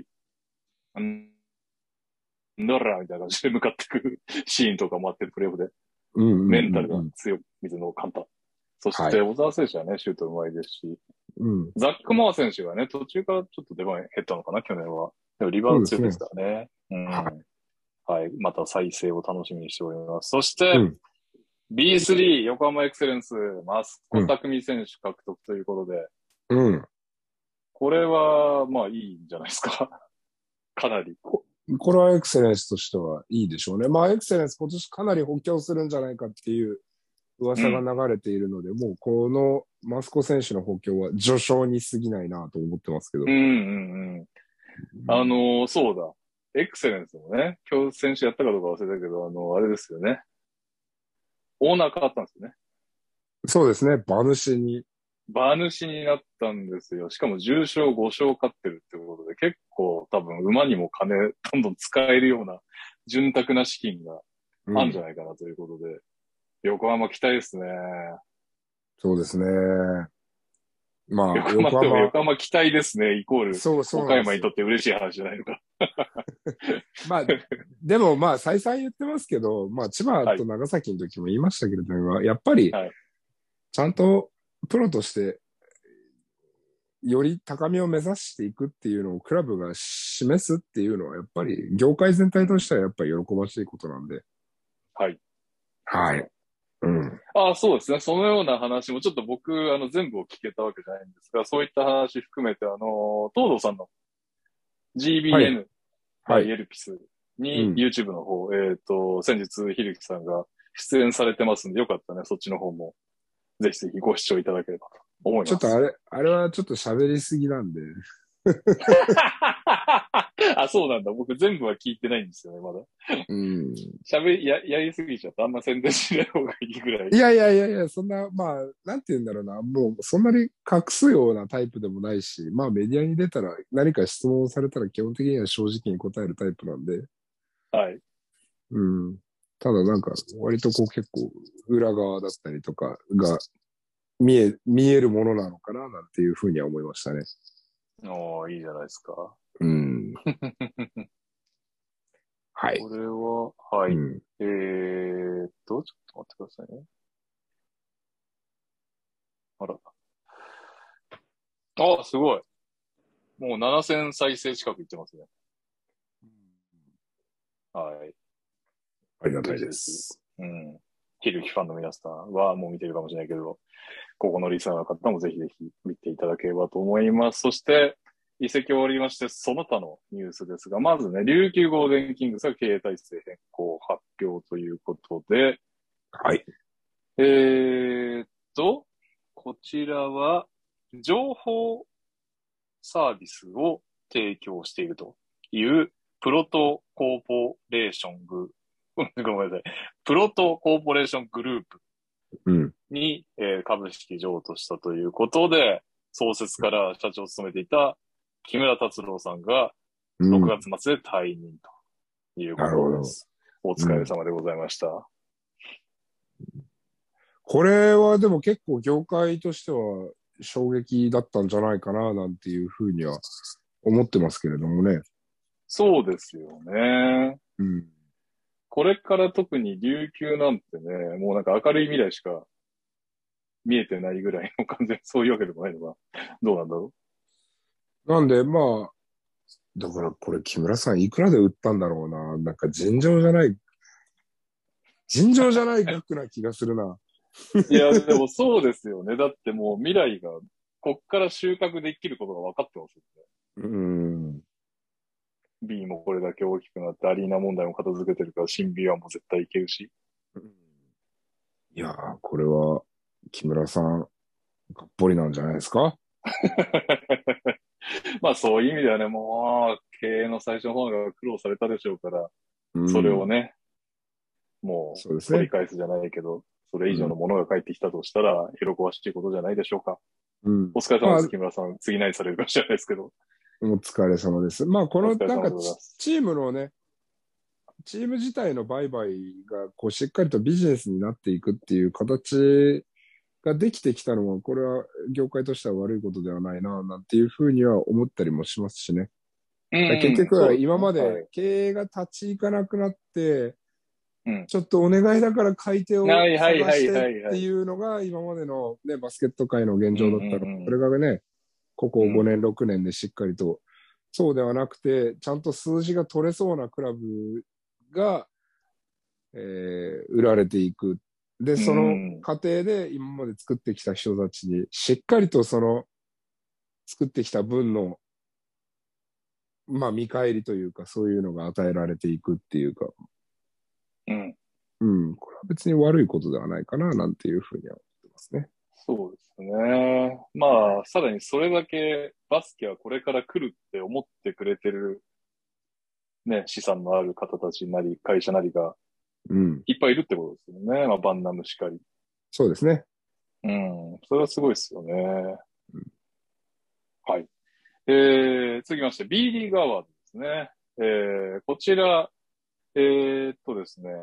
ならみたいな感じで向かってくるシーンとかもあって、プレーオフで。メンタルが強い、水野寛太。そして、小沢選手はね、シュート上手いですし、ザック・モア選手がね、途中からちょっと出番減ったのかな、去年は。でもリバウンド強いですからね。はい。また再生を楽しみにしております。そして、B3 横浜エクセレンス、マスコ匠選手獲得ということで、これは、まあいいんじゃないですか。かなり。 これはエクセレンスとしてはいいでしょうね。まあエクセレンス今年かなり補強するんじゃないかっていう噂が流れているので、もうこのマスコ選手の補強は序章に過ぎないなと思ってますけど。 そうだ。エクセレンスもね、今日選手やったかどうか忘れたけど、あれですよね。オーナー変わったんですよね。 そうですね。馬主になったんですよ。しかも10勝5勝勝ってるってことで、結構多分馬にも金どんどん使えるような潤沢な資金があるんじゃないかなということで、横浜期待ですね。 そうですね。まあ、 横浜期待ですね、イコール、岡山にとって嬉しい話じゃないのか。 まあ、でもまあ、再三言ってますけど、まあ、千葉と長崎の時も言いましたけれども、やっぱり、ちゃんとプロとして、より高みを目指していくっていうのをクラブが示すっていうのは、やっぱり業界全体としてはやっぱり喜ばしいことなんで。 はい。 はい。 そうですね。そのような話もちょっと僕、全部を聞けたわけじゃないんですが、そういった話含めて、東堂さんの GBN エルピスに YouTube の方、先日、ひるきさんが出演されてますんで、よかったね。そっちの方も、ぜひぜひご視聴いただければと思います。 ちょっとあれはちょっと喋りすぎなんで。 あ、そうなんだ。僕全部は聞いてないんですよね、まだ。 うん。 やりすぎちゃった。あんま宣伝しない方がいいぐらい。 いやいやいやいや、そんな、まあ、なんて言うんだろうな。もう、そんなに隠すようなタイプでもないし、まあメディアに出たら何か質問されたら基本的には正直に答えるタイプなんで、 はい。 うん。ただなんか、割とこう結構裏側だったりとかが見えるものなのかな、なんていうふうには思いましたね。 おー、いいじゃないですか。 うん。はい。 これは、はい。 うん。 ちょっと待ってくださいね。あら。あ、すごい。もう7000再生近くいってますね。はい。 ありがたいぜひぜひ。 です。 うん。ひるきファンの皆さんはもう見てるかもしれないけど、ここのリスナーの方もぜひぜひ見ていただければと思います。そして、移籍終わりまして、その他のニュースですが、まずね、琉球ゴールデンキングスが経営体制変更発表ということで、 はい。 えーっこちらは、情報サービスを提供しているというプロトコーポレーショング、ごめんなさい。プロトコーポレーショングループうん。 に、株式譲渡したということで、創設から社長を務めていた木村達郎さんが6 うん。 月末で退任というこなるほど。 とです。お疲れうん。 様でございました。 これはでも結構業界としては衝撃だったんじゃないかな、なんていうふうには思ってますけれどもね。 そうですよね。 うん。 これから特に琉球なんてね、もうなんか明るい未来しか見えてないぐらいの完全にそういうわけでもないのが、どうなんだろなんで、まあ、だからこれ木村さんいくらで売ったんだろうな。なんか尋常じゃない額な気がするな。 う。いや、でもそうですよね。だってもう未来が、こっから収穫できることが分かってますよね。 うん。 B もこれだけ大きくなってアリーナ問題も片付けてるから新 B1 も絶対いけるし。 いやー、これは木村さん、がっぽりなんじゃないですか？ まあそういう意味ではね、もう経営の最初の方が苦労されたでしょうから、 うそれをん。 ね、もうそうですね。 取り返すじゃないけど、それ以上のものが返ってきたとしたら、喜ばしいことじゃないでしょうか。 うん。 お疲れ様まあ、 です、木村さん。次何されるか知らないですけど。 お疲れ様です。まあ、このお疲れなんか様でございます。 チームのね、チーム自体の売買がこうしっかりとビジネスになっていくっていう形ができてきたのは、これは業界としては悪いことではないな、なんていうふうには思ったりもしますしね。 うんうん、 結局はそうですね。 今まはい。 で経営が立ち行かなくなって、 うん。 ちょっとお願いだから買い手をはいはいはい探してっはいはい。 ていうのが今までのね、バスケット界の現うん状だったの。それうんがね、ここうん。うん。 5年、6年でしっかりと、そうではなくて、ちゃんと数字が取れそうなクラブが、売られていく。で、 うそのん。 過程で今まで作ってきた人たちに、しっかりとその作ってきた分の、まあ見返りというか、そういうのが与えられていくっていうか、 うん。 うん、これは別に悪いことではないかな、なんていうふうには思ってますね。 そうですね。まあ、さらにそれだけバスケはこれから来るって思ってくれてるね、資産のある方たちなり、会社なりがうん、 いっぱいいるってことですよね。まあ、バンナムしかり。 そうですね。 うん。それはすごいですよね。 うん、 はい。続きまして、B リーグアワードですね。こちら、ですね。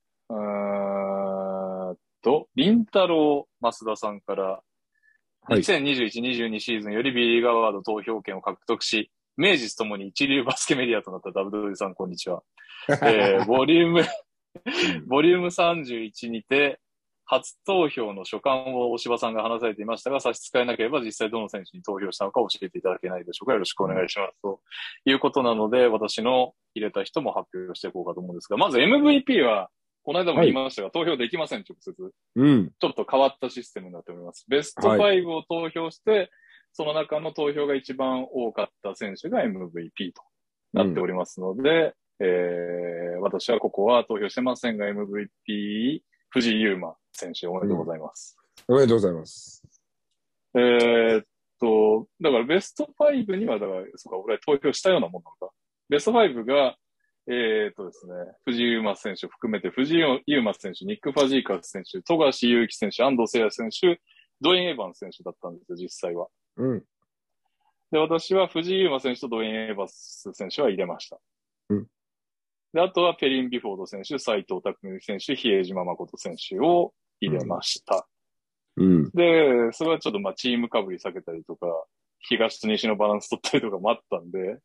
りんたろー増田さんからはい。 2021-22シーズンより B リーグアワード投票権を獲得し、名実ともに一流バスケメディアとなった WW さん、こんにちは。えー、ボリュームうん、 ボリューム31にて、初投票の所感を大柴さんが話されていましたが、差し支えなければ実際どの選手に投票したのか教えていただけないでしょうか。よろしくお願いします。ということなので、私の入れた人も発表していこうかと思うんですが、まず MVP は、この間もはい。 言いましたが、投票できません、直接。 うん。 ちょっと変わったシステムになっております。ベストはい。 5を投票して、その中の投票が一番多かった選手が MVP となってうん。 おりますので、私はここは投票してませんが MVP 藤井優馬選手おめでとうごうん。 ざいます。 おめでとうございます。 えーっだからベスト5には、だから、そうか、俺は投票したようなもんなのか。ベスト5が、ですね、藤井優馬選手を含めて、藤井優馬選手、ニック・ファジーカス選手、富樫勇樹選手、安藤聖也選手、ドウェイン・エヴァンス選手だったんですよ、実際は。 うん。 で、私は藤井優馬選手とドウェイン・エヴァンス選手は入れました。 うん。 で、あとはペリン・ビフォード選手、斉藤匠選手、比江島誠選手を入れました。 うん。 で、それはちょっとまあチームかぶり避けたりとか、東と西のバランス取ったりとかもあったんで、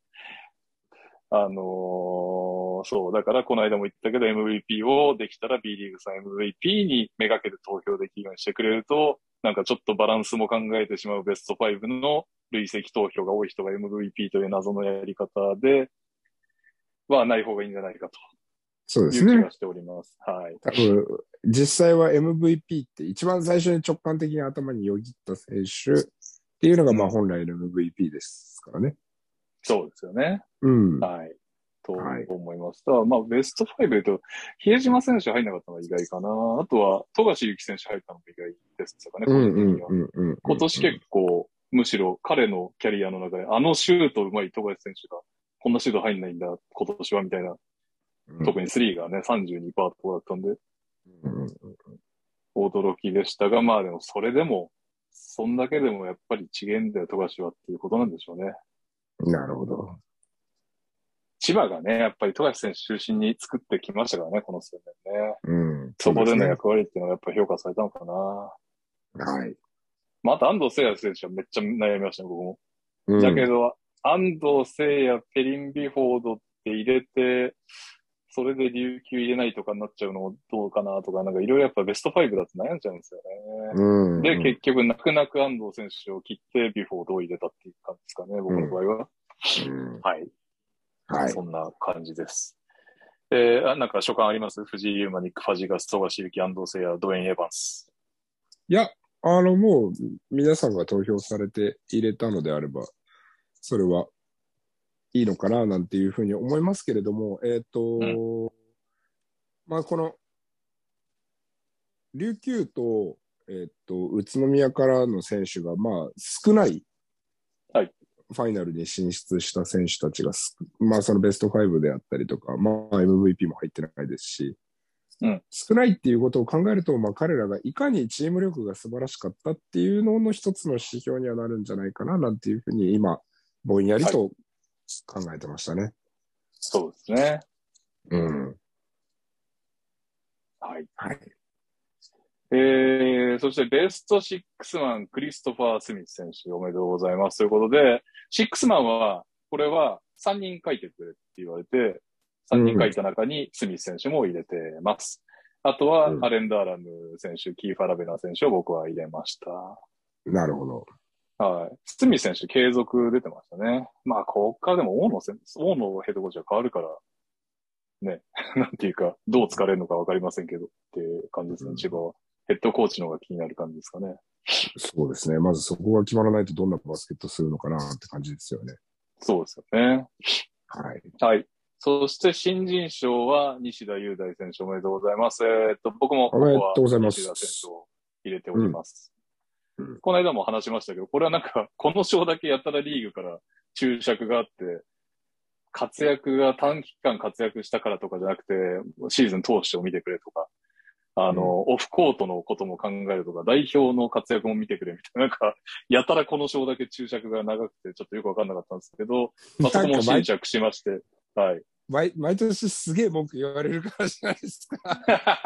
そう、だからこの間も言ったけど MVP をできたら B リーグさん MVP にめがけて投票できるようにしてくれると、なんかちょっとバランスも考えてしまうベスト5の累積投票が多い人が MVP という謎のやり方ではない方がいいんじゃないかと。 そうですね。 いう気がしております。はい。 多分、実際は MVP って一番最初に直感的に頭によぎった選手っていうのがまあ本来の MVP ですからね。 そうですよね。 うん。 はい。と思います。まあ、ベスト5で言うと、比江島選手入んなかったのが意外かな。あとは、富樫勇樹選手入ったのも意外ですかね、個人的には。今年結構、むしろ彼のキャリアの中で、シュート上手い富樫選手が、こんなシュート入んないんだ、今年は、みたいな。特に3がね、32%とかだったんで、驚きでしたが、まあでも、それでも、そんだけでもやっぱり違えんだよ、富樫はっていうことなんでしょうね。 なるほど。 千葉がね、やっぱり富樫選手中心に作ってきましたからね、この数年ね。 うん。 そこでの役割っていうのがやっぱり評価されたのかな。 はい。 まあ、あと安藤聖也選手はめっちゃ悩みましたね、僕も。だけど、安藤聖也、ペリン・ビフォードって入れて、それで琉球入れないとかになっちゃうのもどうかなとか、なんかいろいろやっぱベスト5だと悩んじゃうんですよね。で、結局泣く泣く安藤選手を切ってビフォードを入れたっていう感じですかね、僕の場合は。はい。はい。そんな感じです。なんか所感あります藤井優馬、ニック・ファジガス、富樫勇樹、安藤聖也、ドウェイン・エヴァンス。 いや、もう皆さんが投票されて入れたのであれば、それはいいのかななんていうふうに思いますけれども、まあこの、琉球と、宇都宮からの選手が、まあ少ない。 はい。 ファイナルに進出した選手たちがまあそのベスト5であったりとか、まあ MVP も入ってないですし、少ないっていうことを考えると、まあ彼らがいかにチーム力が素晴らしかったっていうのの一つの指標にはなるんじゃないかななんていうふうに今、ぼんやりと考えてましたね。 そうですね。 はい。はい。 そしてベストシックスマン、クリストファー・スミス選手おめでとうございます。ということで、シックスマンは、これは3人書いてくれって言われて、3人書いた中にスミス選手も入れてます。あとは、アレン・ダーラム選手、キーファ・ラベナ選手を僕は入れました。 なるほど。 はい。スミス選手継続出てましたね。まあ、こっからでも大野ヘッドコーチが変わるから、ね、なんていうか、どう疲れるのかわかりませんけどっていう感じですね、千葉は。ヘッドコーチの方が気になる感じですかね。 そうですね。まずそこが決まらないとどんなバスケットするのかなって感じですよね。 そうですよね。 はい。 はい。そして新人賞は西田優大選手おめでとうございます。僕もここは西田選手を入れております。この間も話しましたけど、これはなんか、この賞だけやったらリーグから注釈があって、活躍が短期間活躍したからとかじゃなくて、シーズン通してを見てくれとか、オフコートのことも考えるとか、代表の活躍も見てくれみたいな、なんか、やたらこの賞だけ注釈が長くて、ちょっとよくわかんなかったんですけど、まあ、そこも執着しまして、はい。 毎年すげえ文句言われるからじゃないですか。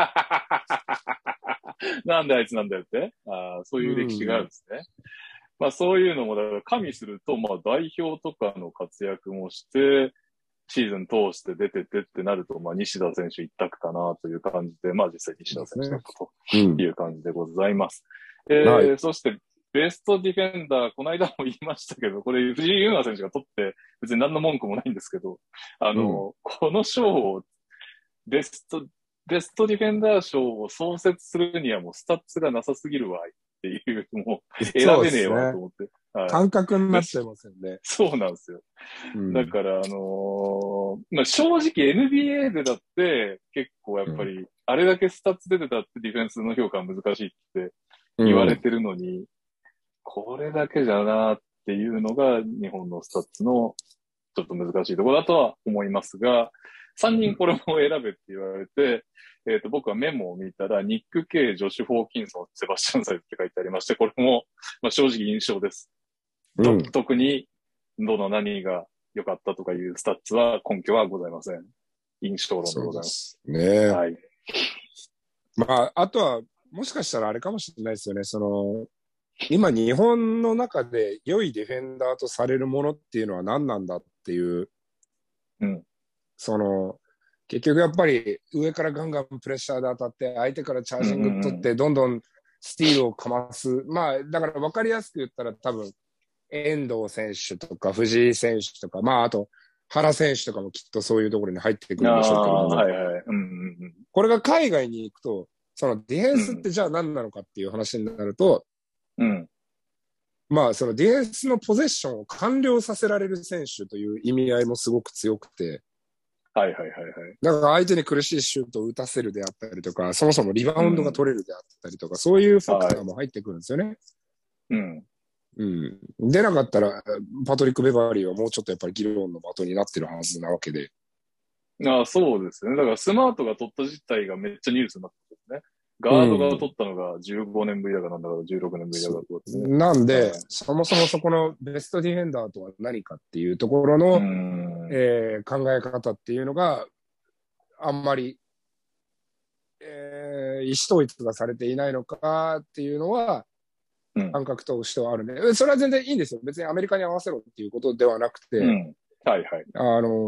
なんであいつなんだよって、そういう歴史があるんですね。まあそういうのも、だから加味すると、まあ代表とかの活躍もして、シーズン通して出ててってなると、まあ西田選手一択かなという感じで、まあ実際西田選手だったという感じでございます。そしてベストディフェンダー、この間も言いましたけど、これ藤井優馬選手が取って別に何の文句もないんですけど、この賞をベストディフェンダー賞を創設するにはもうスタッツがなさすぎるわっていう、もう選べねえわと思って。 はい、感覚になっちゃいますよね。 そうなんですよ。だから、まあ、正直 NBA でだって結構やっぱり、あれだけスタッツ出てたってディフェンスの評価は難しいって言われてるのに、 これだけじゃなっていうのが日本のスタッツのちょっと難しいところだとは思いますが、3人これも選べって言われて、僕はメモを見たら、ニック・ケイ、ジョシュ・ホーキンソン、セバスチャン・サイズって書いてありまして、これも、まあ、正直印象です。特に、どの何が良かったとかいうスタッツは根拠はございません。印象論でございます。 ね。 はい。 まあ、あとは、もしかしたらあれかもしれないですよね。今日本の中で良いディフェンダーとされるものっていうのは何なんだっていう、 うん。 結局やっぱり上からガンガンプレッシャーで当たって、相手からチャージング取って、どんどんスティールをかます。まあ、だから分かりやすく言ったら多分、遠藤選手とか藤井選手とか、まああと原選手とかもきっとそういうところに入ってくるんでしょうけれども、 はいはい。 これが海外に行くと、そのディフェンスってじゃあ何なのかっていう話になると、まあそのディフェンスのポゼッションを完了させられる選手という意味合いもすごく強くて、 はいはいはいはい。 だから相手に苦しいシュートを打たせるであったりとか、そもそもリバウンドが取れるであったりとか、そういうファクターも入ってくるんですよね。出なかったら、パトリック・ベバリーはもうちょっとやっぱり議論の的になってるはずなわけで。 そうですね。だからスマートが取った自体がめっちゃニュースになってるんですね。ガードが取ったのが15年ぶりだかなんだか16年ぶりだかとかですね。 なんで、そもそもそこのベストディフェンダーとは何かっていうところの、考え方っていうのがあんまり、意思統一がされていないのかっていうのは、感覚としてはあるね。それは全然いいんですよ。別にアメリカに合わせろっていうことではなくて、 はいはい。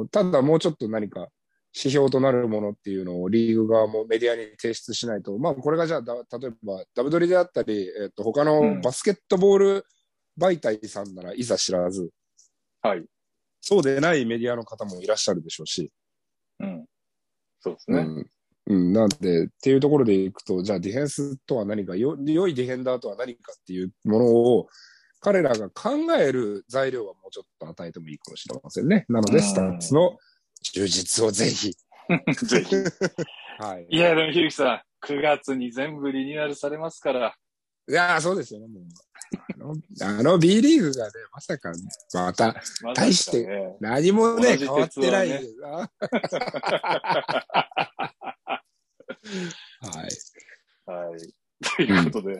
ただもうちょっと何か指標となるものっていうのをリーグ側もメディアに提出しないと、まあこれがじゃあ例えばダブドリであったり、他のバスケットボール媒体さんならいざ知らず、 はい。 そうでないメディアの方もいらっしゃるでしょうし。 そうですね。 なんで、っていうところでいくと、じゃあディフェンスとは何か、良いディフェンダーとは何かっていうものを、彼らが考える材料はもうちょっと与えてもいいかもしれませんね。なので、スタッツの充実をぜひ。 ぜひ。 はい。 いや、でも、ひるきさん、9月に全部リニューアルされますから。 いやー、そうですよね、もう。B リーグがね、まさかね、また、大して、何もね、変わってない。はい。 はい。ということで、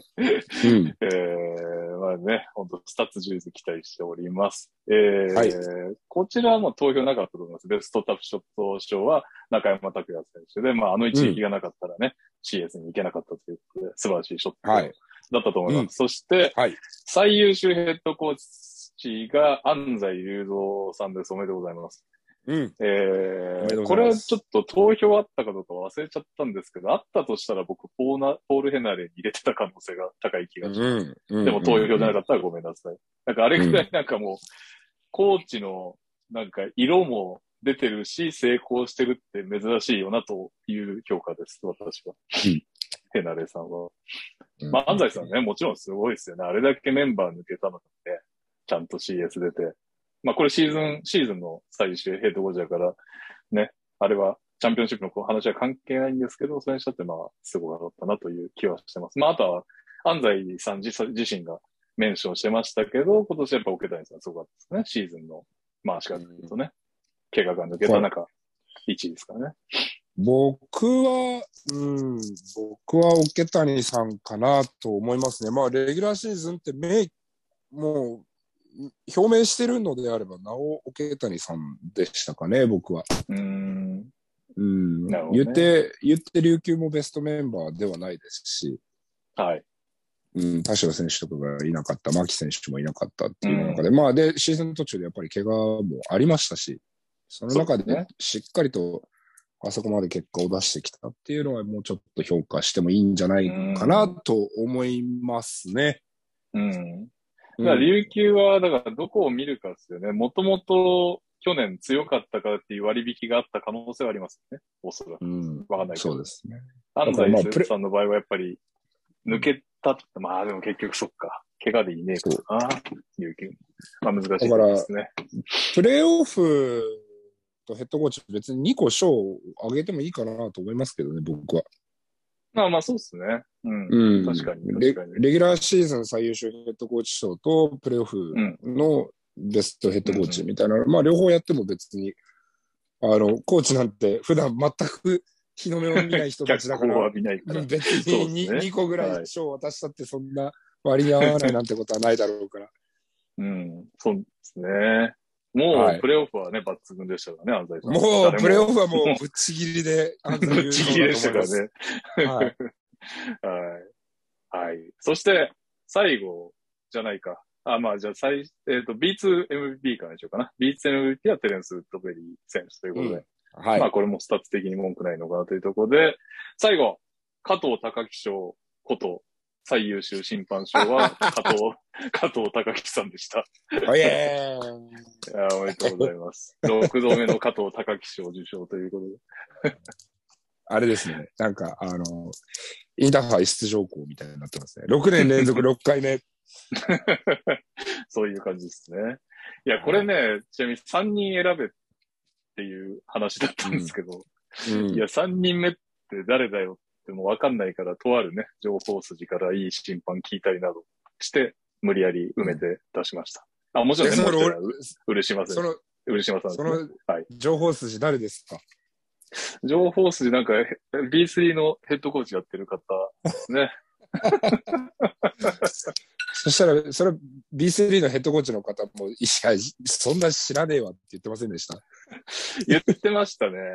まあね、本当スタッツ充実期待しております。こちらはもう投票なかったと思います。ベストタフショット賞は中山拓也選手で、まああの一撃がなかったらね、CS に行けなかったということで、素晴らしいショットだったと思います。そして、最優秀ヘッドコーチが安西雄三さんです。おめでとうございます。これはちょっと投票あったかどうか忘れちゃったんですけど、あったとしたら僕、ポール・ヘナレに入れてた可能性が高い気がします。でも投票じゃなかったらごめんなさい。なんかあれくらいなんかもう、コーチのなんか色も出てるし、成功してるって珍しいよなという評価です、私は。ヘナレさんは。まあ、安西さんね、もちろんすごいですよね。あれだけメンバー抜けたので、ちゃんと CS 出て。まあこれシーズンの最終ヘッドコーチだから、ね、あれはチャンピオンシップの話は関係ないんですけど、それにしたってまあすごかったなという気はしてます。まああとは安西さん自身がメンションしてましたけど、今年やっぱ受けたんですがすごかったですね。シーズンの回し方で言うとね、怪我が抜けた中、1位ですからね。 僕は桶谷さんかなと思いますね。まあレギュラーシーズンってもう表明してるのであれば、なお桶谷さんでしたかね、僕は。言って琉球もベストメンバーではないですし、 はい。 田代選手とかがいなかった、牧選手もいなかったっていう中で、まあで、シーズン途中でやっぱり怪我もありましたし、その中でしっかりとあそこまで結果を出してきたっていうのはもうちょっと評価してもいいんじゃないかなと思いますね。 だから琉球は、だからどこを見るかですよね。もともと去年強かったからっていう割引があった可能性はありますよね。おそらく。わかんないけど。 そうですね。 安西さんの場合はやっぱり抜けたって、まあでも結局そっか。怪我でいねえからな。琉球。まあ難しいですね。 プレイオフとヘッドコーチ別に2個賞を上げてもいいかなと思いますけどね、僕は。 まあまあそうですね。うん。 うん。 確かに、 レ確かに。 レギュラーシーズン最優秀ヘッドコーチ賞と、プレーオフうん。 のベストヘッドコーうんうん。 チみたいな、まあ両方やっても別に、コーチなんて普段全く日の目を見ない人た脚ちだから、 光は見ないから。 別にそうですね。 2個ぐらいはい。 賞を渡したってそんな割に合わないなんてことはないだろうから。 うん。そうですね。もう、 はい。 プレイオフはね、抜群でしたからね、安西さん。 もう、 誰も、 プレーオフはもうもぶっちぎりで安う、 西ぶっ優勝だちぎりでと思います。 したからね。 はい。 はい。はい。そして、最後じゃないか。あ、まあ、じゃあ、B2MVP からにしようかな。B2MVP はテレンス・ウッドベリー選手ということで。 うん。はい。 まあ、これもスタッツ的に文句ないのかなというところで、最後、加藤隆樹賞こと最優秀審判賞は加藤隆樹さんでした。 おいえー。 いや、おめでとうございます。6度目の加藤隆樹賞受賞ということで。 あれですね。なんか、インターハイ出場校みたいになってますね。6年連続6回目。 そういう感じですね。いや、これね、ちなみに3人選べっていう話だったんですけど、 うん。 いや、3人目って誰だよってもうわかんないから、とあるね、情報筋からいい審判聞いたりなどして、無理やり埋めて出しました。あ、もちろんね、もう一人は漆島選手。漆島さんですね。はい。 情報筋誰ですか？ 情報筋なんか B3 のヘッドコーチやってる方ですね。 そしたら、それ B3 のヘッドコーチの方も、いや、そんな知らねえわって言ってませんでした？ 言ってましたね。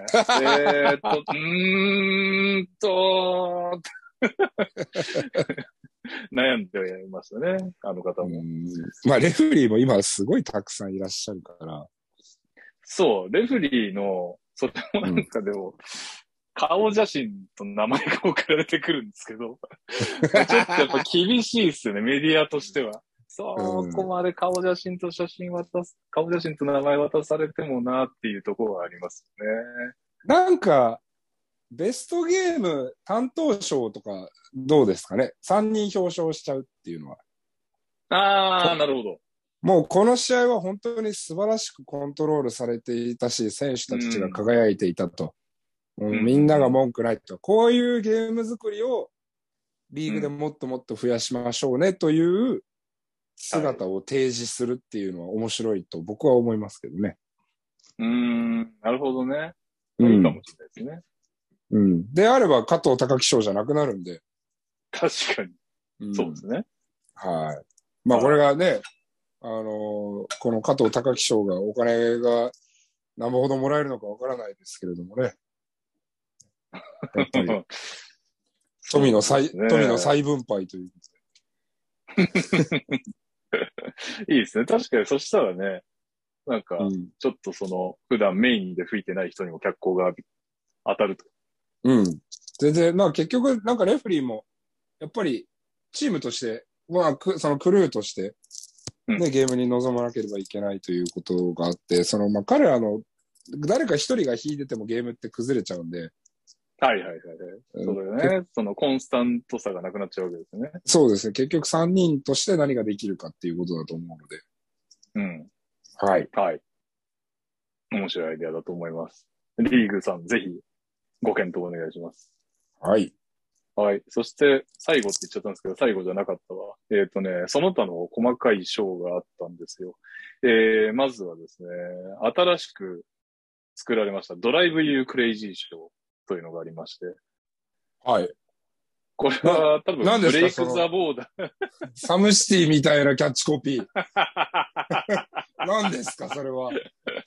悩んでいましたね、あの方も。 まあ、レフリーも今すごいたくさんいらっしゃるから。 そう、レフリーの、それもなんかでも、顔写真と名前が送られてくるんですけど、ちょっとやっぱ厳しいですよね、メディアとしては。そこまで顔写真と写真顔写真と名前渡されてもなっていうところがありますよね。 なんか、ベストゲーム担当賞とかどうですかね？ 3 人表彰しちゃうっていうのは。 ああ、なるほど。 もうこの試合は本当に素晴らしくコントロールされていたし、選手たちが輝いていたと。みんなが文句ないと。こういうゲーム作りをリーグでもっともっと増やしましょうねという姿を提示するっていうのは面白いと僕は思いますけどね。 なるほどね。いいかもしれないですね。 であれば加藤隆樹賞じゃなくなるんで。 確かに。そうですね。 はい。まあこれがね、この加藤隆樹賞がお金が何ぼほどもらえるのかわからないですけれどもね。やっぱり富の再分配ということで。 いいですね。確かに、そしたらね、なんか、ちょっと普段メインで吹いてない人にも脚光が当たると。 全然、まあ結局、なんかレフェリーも、やっぱりチームとして、まあ、そのクルーとして、ね、ゲームに臨まなければいけないということがあって、まあ彼らの、誰か一人が引いててもゲームって崩れちゃうんで。 はい。そうだよね。コンスタントさがなくなっちゃうわけですね。 そうですね。結局3人として何ができるかっていうことだと思うので。はい。 面白いアイデアだと思います。リーグさん、ぜひ、ご検討お願いします。 はい。 そして、最後って言っちゃったんですけど、最後じゃなかったわ。その他の細かい賞があったんですよ。まずはですね、新しく作られました、ドライブユークレイジー賞というのがありまして。 はい。 これは多分、ブレイクザボーダー。 サムシティみたいなキャッチコピー。何ですか、それは。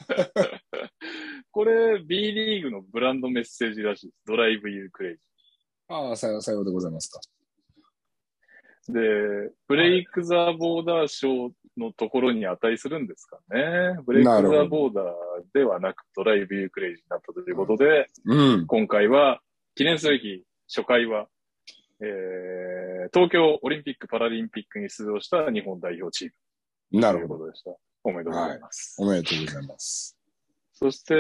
これ、B リーグのブランドメッセージらしいです。ドライブユークレイジー。ああ、さようでございますか。 で、ブレイクザボーダー賞のところに値するんですかね。ブレイクザボーダーではなくドライブユークレイジーになったということで、今回は記念すべき初回は、東京オリンピック・パラリンピックに出場した日本代表チーム。なるほど。ということでした。おめでとうございます。 おめでとうございます。そして、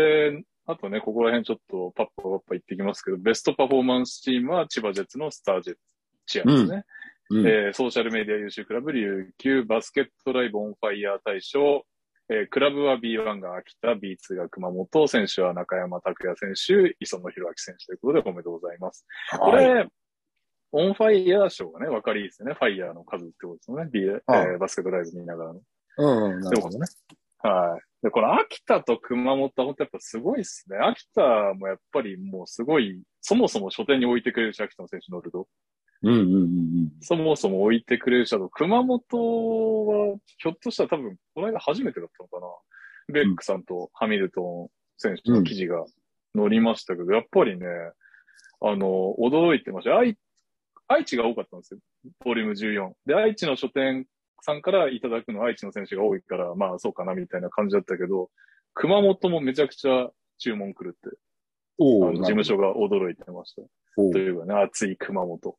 あとね、ここら辺ちょっとパッパ言ってきますけど、ベストパフォーマンスチームは千葉ジェッツのスタージェッツチアですね。ソーシャルメディア優秀クラブ琉球バスケットライブオンファイヤー大賞、 クラブは B1 が秋田、B2 が熊本、選手は中山拓也選手、磯野弘明選手ということでおめでとうございます。こはい。 れ、オンファイヤー賞がね、分かりいいですよね。ファイヤーの数ってことですよね。バスケットライブ見ながらの。 なるほどね。 はい。で、この秋田と熊本は本当やっぱすごいですね。秋田もやっぱりもうすごい、そもそも書店に置いてくれるし、秋田の選手乗ると。そもそも置いてくれるし、あと熊本は、ひょっとしたら多分、この間初めてだったのかな。ベックさんとハミルトン選手の記事が載りましたけど、やっぱりね、驚いてました。愛知が多かったんですよ。ボリューム14。で、愛知の書店さんからいただくのは愛知の選手が多いから、まあそうかなみたいな感じだったけど、熊本もめちゃくちゃ注文来るって、事務所が驚いてました。というかね、熱い熊本。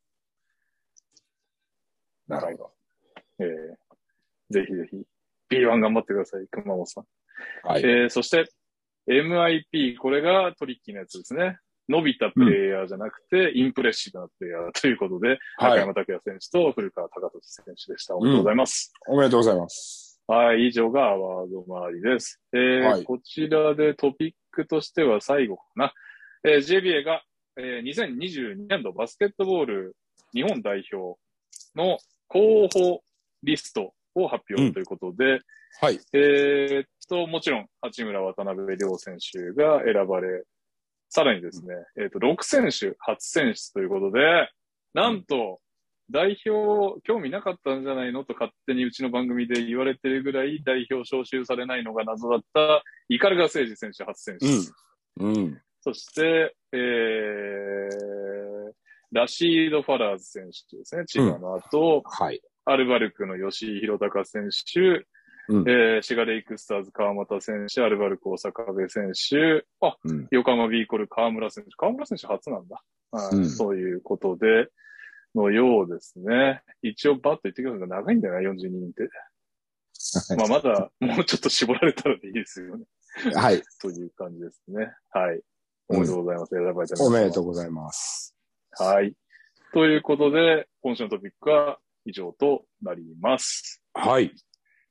なるほど。 ぜひぜひ、B1 頑張ってください、熊本さん。 はい。 そして、MIP、これがトリッキーなやつですね。伸びたプレイヤーじゃなくて、インプレッシブなプレイヤーということで、中山拓也選手と古川隆俊選手でした。おめでとうございます。 おめでとうございます。 はい、以上がアワード周りです。こちらでトピックとしては最後かな。JBA が、2022年度バスケットボール日本代表の候補リストを発表ということで、 はい。 もちろん、八村渡辺亮選手が選ばれ、さらにですね、6選手初選出ということで、なんと、代表興味なかったんじゃないのと勝手にうちの番組で言われてるぐらい代表招集されないのが謎だったイカルガ誠司選手初選出。そして、ラシード・ファラーズ選手ですね、千葉の後、 はい。 アルバルクの吉井宏隆選手、シガレイクスターズ川又選手、アルバルク大阪部選手、横浜ビーコル河村選手。河村選手初なんだ。そういうことで、のようですね。一応バッと言ってください。長いんだよな、42人って。まあまだ、もうちょっと絞られたらでいいですよね。 はい。 という感じですね。はい。おめでとうございます。選ばれた皆様。 おめでとうございます。 はい。ということで、今週のトピックは以上となります。 はい。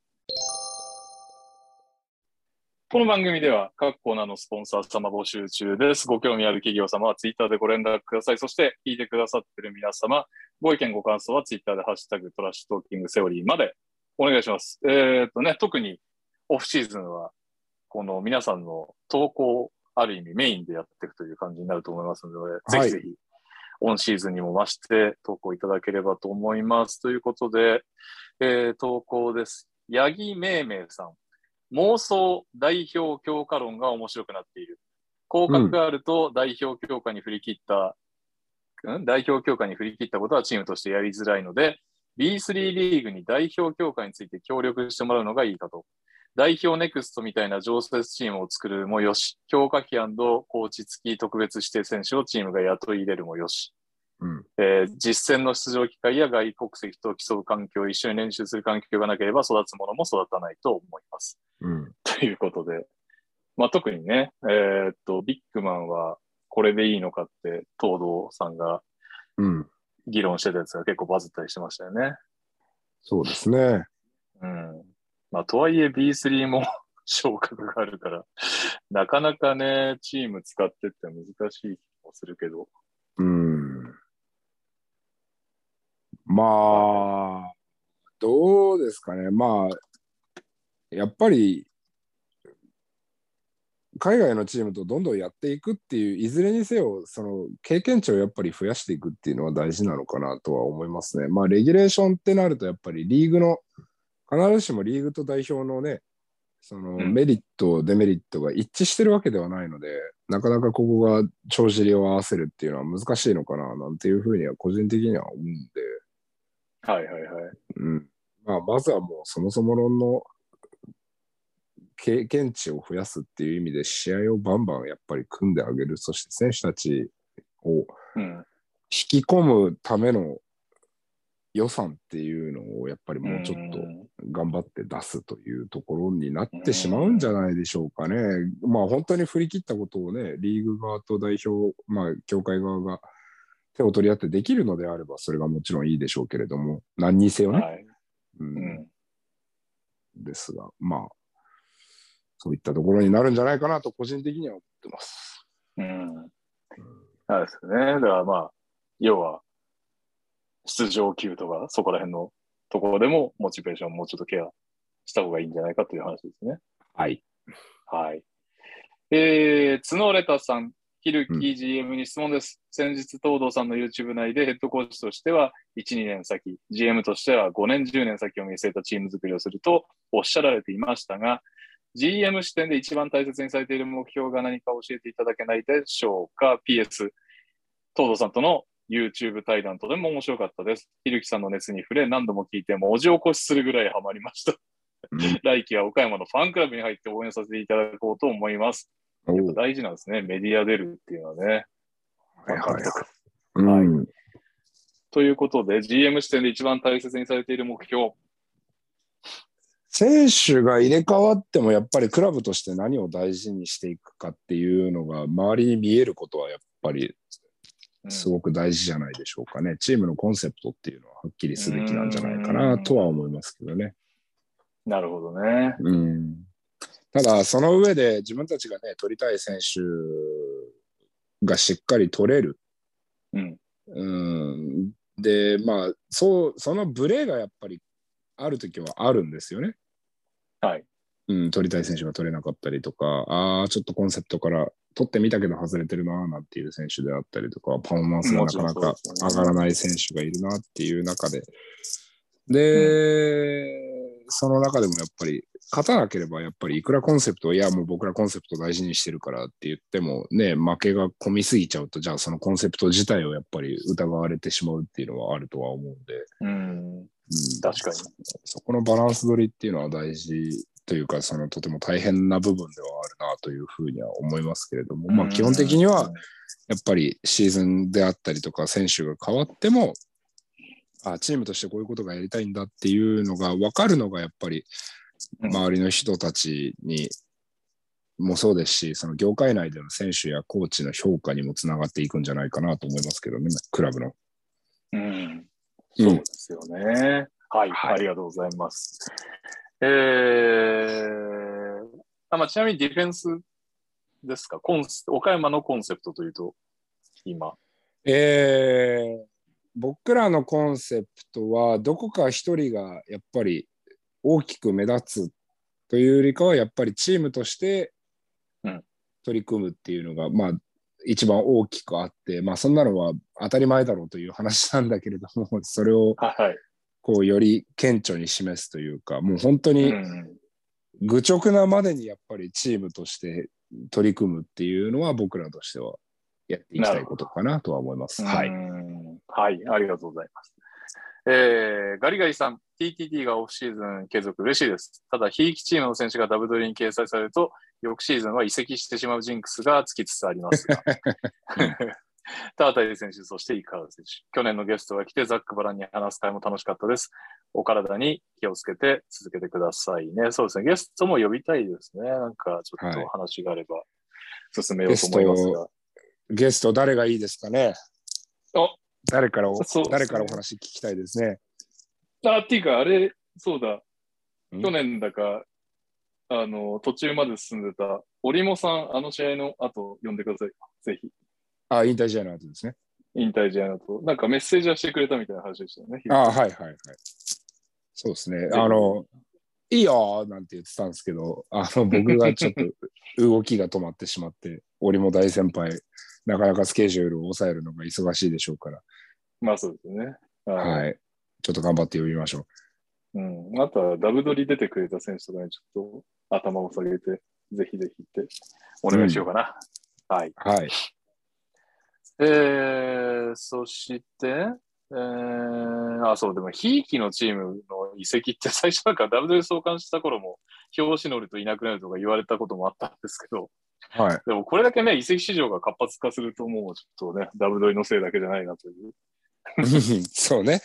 この番組では各コーナーのスポンサー様募集中です。ご興味ある企業様はツイッターでご連絡ください。そして聞いてくださっている皆様、ご意見ご感想はツイッターでハッシュタグトラッシュトーキングセオリーまでお願いします。特にオフシーズンはこの皆さんの投稿ある意味メインでやっていくという感じになると思いますので、ぜひぜひオンシーズンにも増して投稿いただければと思います。ということで、投稿です。八木めいめいさん。妄想代表強化論が面白くなっている。降格があると代表強化に振り切った、代表強化に振り切ったことはチームとしてやりづらいので、B3 リーグに代表強化について協力してもらうのがいいかと。代表ネクストみたいな常設チームを作るもよし、強化期コーチ付き特別指定選手をチームが雇い入れるもよし、実戦の出場機会や外国籍と競う環境、一緒に練習する環境がなければ育つものも育たないと思います。ということで、特にね、ビッグマンはこれでいいのかって東堂さんが議論してたやつが結構バズったりしてましたよね。 そうですね。 とはいえ B3 も昇格があるから、なかなかね、チーム使ってって難しい気もするけど。 まあ、どうですかね。やっぱり、海外のチームとどんどんやっていくっていう、いずれにせよ、その経験値をやっぱり増やしていくっていうのは大事なのかなとは思いますね。レギュレーションってなると、やっぱりリーグの、必ずしもリーグと代表のね、そのメリット、デメリットが一致してるわけではないので、なかなかここが帳尻を合わせるっていうのは難しいのかな、なんていうふうには個人的には思うんで。まずはもうそもそも論の経験値を増やすっていう意味で試合をバンバンやっぱり組んであげる。そして選手たちを引き込むための予算っていうのをやっぱりもうちょっと頑張って出すというところになってしまうんじゃないでしょうかね。本当に振り切ったことをね、リーグ側と代表、協会側が手を取り合ってできるのであれば、それがもちろんいいでしょうけれども、何にせよね。ですが、 そういったところになるんじゃないかなと個人的には思ってます。 うん。そうですね。だからまあ、要は、出場級とか、そこら辺のところでも、モチベーションをもうちょっとケアした方がいいんじゃないかという話ですね。 はい。 はい。角レタさん、ヒルキー GM に質問です。先日、東堂さんの YouTube 内でヘッドコーチとしては1、2年先、GM としては5年、10年先を見据えたチーム作りをするとおっしゃられていましたが、GM 視点で一番大切にされている目標が何か教えていただけないでしょうか。 PS、東堂さんとの YouTube 対談とても面白かったです。ひるきさんの熱に触れ何度も聞いて文字起こしするぐらいハマりました。来季は岡山のファンクラブに入って応援させていただこうと思います。やっぱ大事なんですね。メディア出るっていうのはね。 はいはいはい。ということで、GM 視点で一番大切にされている目標。 選手が入れ替わってもやっぱりクラブとして何を大事にしていくかっていうのが周りに見えることはやっぱりすごく大事じゃないでしょうかね。チームのコンセプトっていうのははっきりすべきなんじゃないかなとは思いますけどね。 なるほどね。 ただその上で自分たちがね取りたい選手がしっかり取れる。でまあそのブレがやっぱりあるときはあるんですよね。 はい。 取りたい選手が取れなかったりとか、ちょっとコンセプトから取ってみたけど外れてるななんていう選手であったりとか、パフォーマンスがなかなか上がらない選手がいるなっていう中で、その中でもやっぱり勝たなければやっぱりいくらコンセプト、いやもう僕らコンセプト大事にしてるからって言ってもね、負けが込みすぎちゃうと、じゃあそのコンセプト自体をやっぱり疑われてしまうっていうのはあるとは思うんで、 確かに。 そこのバランス取りっていうのは大事というか、とても大変な部分ではあるなというふうには思いますけれども、まあ基本的にはやっぱりシーズンであったりとか選手が変わっても、チームとしてこういうことがやりたいんだっていうのが分かるのがやっぱり周りの人たちにもそうですし、その業界内での選手やコーチの評価にもつながっていくんじゃないかなと思いますけどね、クラブの。 そうですよね。はい、ありがとうございます。ちなみにディフェンスですか、岡山のコンセプトというと、今。 僕らのコンセプトは、どこか一人がやっぱり大きく目立つというよりかは、やっぱりチームとして取り組むっていうのが、まあ、一番大きくあって、まあ、そんなのは当たり前だろうという話なんだけれども、それをこうより顕著に示すというか、もう本当に愚直なまでにやっぱりチームとして取り組むっていうのは僕らとしてはやっていきたいことかなとは思います。はい。 はい、ありがとうございます。ガリガリさん、TTT がオフシーズン継続嬉しいです。ただ、ひいきチームの選手がダブドリに掲載されると、翌シーズンは移籍してしまうジンクスがつきつつありますが。田辺選手、そして井川選手。去年のゲストが来て、ザックバランに話す会も楽しかったです。お体に気をつけて続けてくださいね。そうですね。ゲストも呼びたいですね。なんか、ちょっと話があれば進めようと思いますが。 ゲスト誰がいいですかね。誰からお話聞きたいですね。 っていうか、あれ、そうだ。去年だか、途中まで進んでた、折茂さん、あの試合の後、呼んでください。ぜひ。 引退試合の後ですね。 引退試合の後。なんかメッセージはしてくれたみたいな話でしたよね。 はい。そうですね。いいよなんて言ってたんですけど、僕がちょっと動きが止まってしまって、折茂大先輩、なかなかスケジュールを抑えるのが忙しいでしょうから。 まあそうですね。 はい。ちょっと頑張って呼びましょう。あとはダブドリ出てくれた選手とかにちょっと頭を下げて、ぜひぜひってお願いしようかな。はい。 はい。 そして、そう、でも、ひいきのチームの移籍って最初なんかダブドリ創刊した頃も、表紙乗るといなくなるとか言われたこともあったんですけど、 はい。 でもこれだけね、移籍市場が活発化するともうちょっとね、ダブドリのせいだけじゃないなという。 そうね。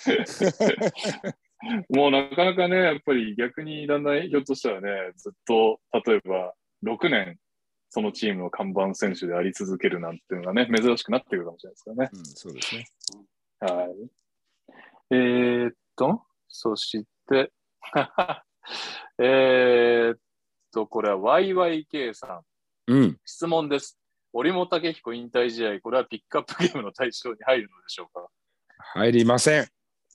もうなかなかね、やっぱり逆にだんだんひょっとしたらね、ずっと、例えば6年、そのチームの看板選手であり続けるなんていうのがね、珍しくなってくるかもしれないですからね。 そうですね。 はい。そして、 これは YYK さん。 うん。 質問です。折茂武彦引退試合、これはピックアップゲームの対象に入るのでしょうか？ 入りません。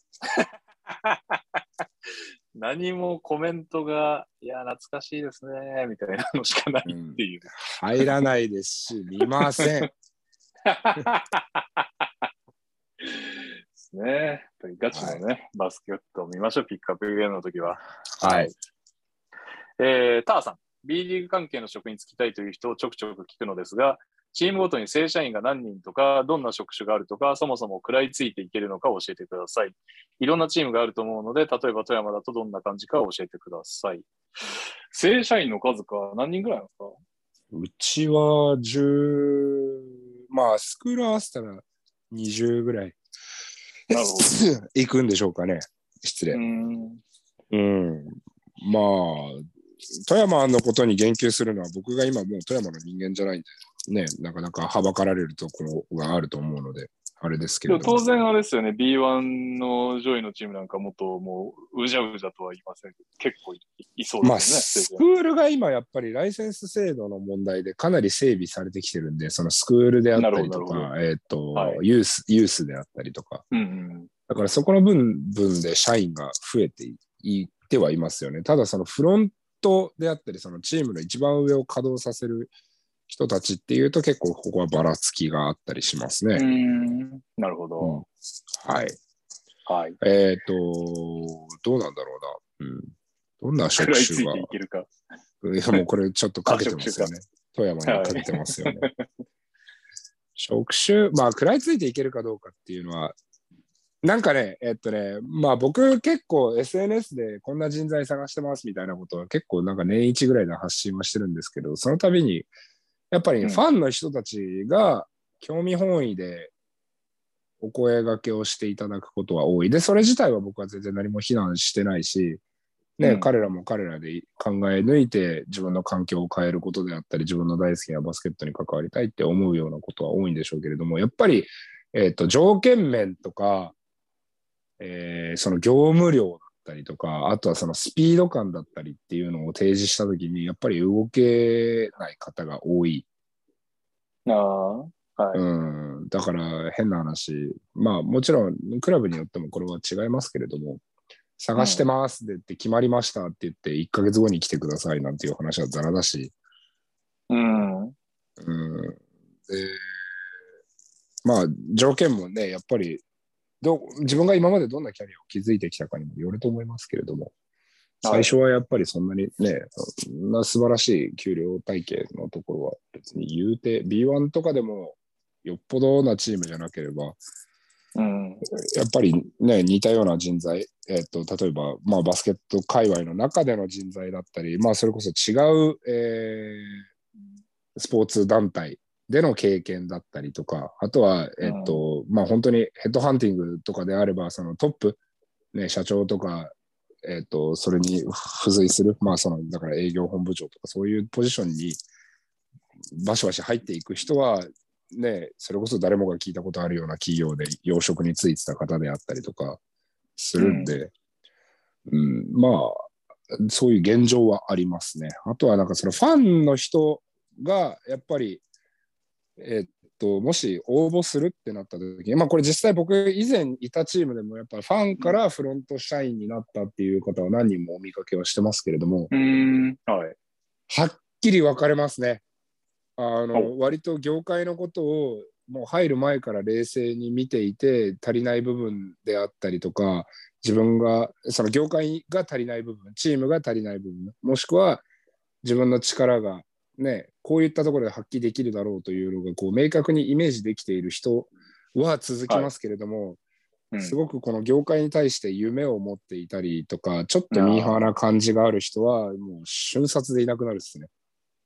何もコメントが、いや、懐かしいですね、みたいなのしかないっていう。 入らないですし、見ません。 ですね。やっぱりガチのね、バスケットを見ましょう、ピックアップゲームの時は。 はい。 ターさん、B リーグ関係の職に就きたいという人をちょくちょく聞くのですが、チームごとに正社員が何人とか、どんな職種があるとか、そもそも食らいついていけるのか教えてください。いろんなチームがあると思うので、例えば富山だとどんな感じか教えてください。正社員の数か何人ぐらいなんですか？ うちは10、まあ、スクール合わせたら20ぐらい。 なるほど。 行くんでしょうかね。失礼。まあ、富山のことに言及するのは僕が今もう富山の人間じゃないんで、ね、なかなかはばかられるところがあると思うので、あれですけれども。 当然あれですよね、B1 の上位のチームなんかもっともううじゃうじゃとは言いませんけど、結構 いそうですよね。 スクールが今やっぱりライセンス制度の問題でかなり整備されてきてるんで、そのスクールであったりとか、 はい、 ユースであったりとか、だからそこの分で社員が増えていってはいますよね。ただそのフロントであったり、そのチームの一番上を稼働させる人たちっていうと結構ここはばらつきがあったりしますね。 なるほど。 はい。 はい。 どうなんだろうな。どんな職種が。 食らいついていけるか。 いやもうこれちょっとかけてますよね。富山にかけてますよね。職種、まあ食らいついていけるかどうかっていうのは、なんかね、まあ僕結構 SNS でこんな人材探してますみたいなことは結構なんか年一ぐらいの発信はしてるんですけど、その度にやっぱり、ファンの人たちが興味本位でお声掛けをしていただくことは多い。で、それ自体は僕は全然何も非難してないし、ね、彼らも彼らで考え抜いて自分の環境を変えることであったり、自分の大好きなバスケットに関わりたいって思うようなことは多いんでしょうけれども、やっぱり、条件面とか、その業務量だったりとか、あとはそのスピード感だったりっていうのを提示したときに、やっぱり動けない方が多い。だから変な話、まあもちろんクラブによってもこれは違いますけれども、探してますでって決まりましたって言って1ヶ月後に来てくださいなんていう話はザラだし、で、まあ条件もね、やっぱり自分が今までどんなキャリアを築いてきたかにもよると思いますけれども、最初はやっぱりそんなにね、そんな素晴らしい給料体系のところは別に言うて、B1 とかでもよっぽどなチームじゃなければ、やっぱりね、似たような人材、例えば、まあ、バスケット界隈の中での人材だったり、まあ、それこそ違う、スポーツ団体での経験だったりとか、あとは、まあ、本当にヘッドハンティングとかであれば、そのトップ、ね、社長とか、それに付随する、まあ、だから営業本部長とか、そういうポジションにバシバシ入っていく人は、ね、それこそ誰もが聞いたことあるような企業で養殖についてた方であったりとかするんで、まあ、そういう現状はありますね。あとはなんかそのファンの人がやっぱり、もし応募するってなった時に、まあこれ実際僕以前いたチームでもやっぱファンからフロント社員になったっていう方は何人もお見かけはしてますけれども、はっきり分かれますね。割と業界のことをもう入る前から冷静に見ていて、足りない部分であったりとか、自分がその業界が足りない部分、チームが足りない部分、もしくは自分の力がね、こういったところで発揮できるだろうというのがこう明確にイメージできている人は続きますけれども、すごくこの業界に対して夢を持っていたりとか、ちょっとミーハーな感じがある人はもう瞬殺でいなくなるですね。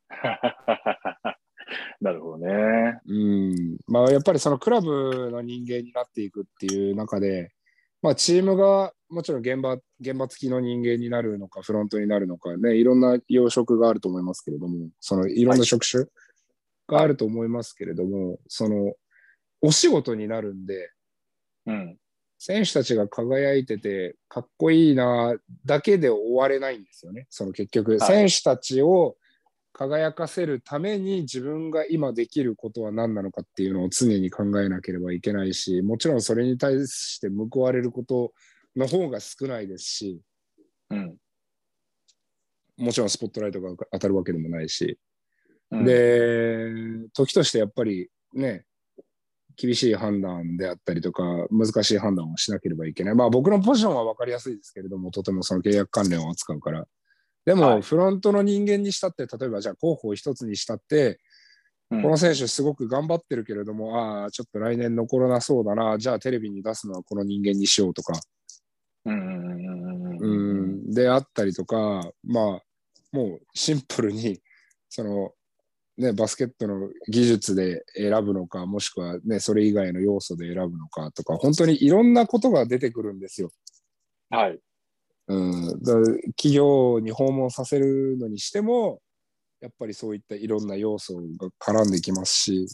なるほどね。 まあやっぱりそのクラブの人間になっていくっていう中で、まあチームがもちろん現場付きの人間になるのかフロントになるのかね、いろんな要職があると思いますけれども、そのいろんな職種があると思いますけれども、そのお仕事になるんで、 選手たちが輝いててかっこいいなだけで終われないんですよね。その結局、選手たちを輝かせるために自分が今できることは何なのかっていうのを常に考えなければいけないし、もちろんそれに対して報われることの方が少ないですし、 うん、 もちろんスポットライトが当たるわけでもないし、 うん、 で、時としてやっぱりね、厳しい判断であったりとか、難しい判断をしなければいけない。まあ僕のポジションは分かりやすいですけれども、とてもその契約関連を扱うから。でも、フロントの人間にしたって、例えばじゃあ候補一つにしたって、この選手すごく頑張ってるけれども、ああ、ちょっと来年残らなそうだな、じゃあテレビに出すのはこの人間にしようとか、であったりとか、まあ、もうシンプルに、その、ね、バスケットの技術で選ぶのか、もしくはね、それ以外の要素で選ぶのかとか、本当にいろんなことが出てくるんですよ。 はい。 だ企業に訪問させるのにしても、やっぱりそういったいろんな要素が絡んできますし、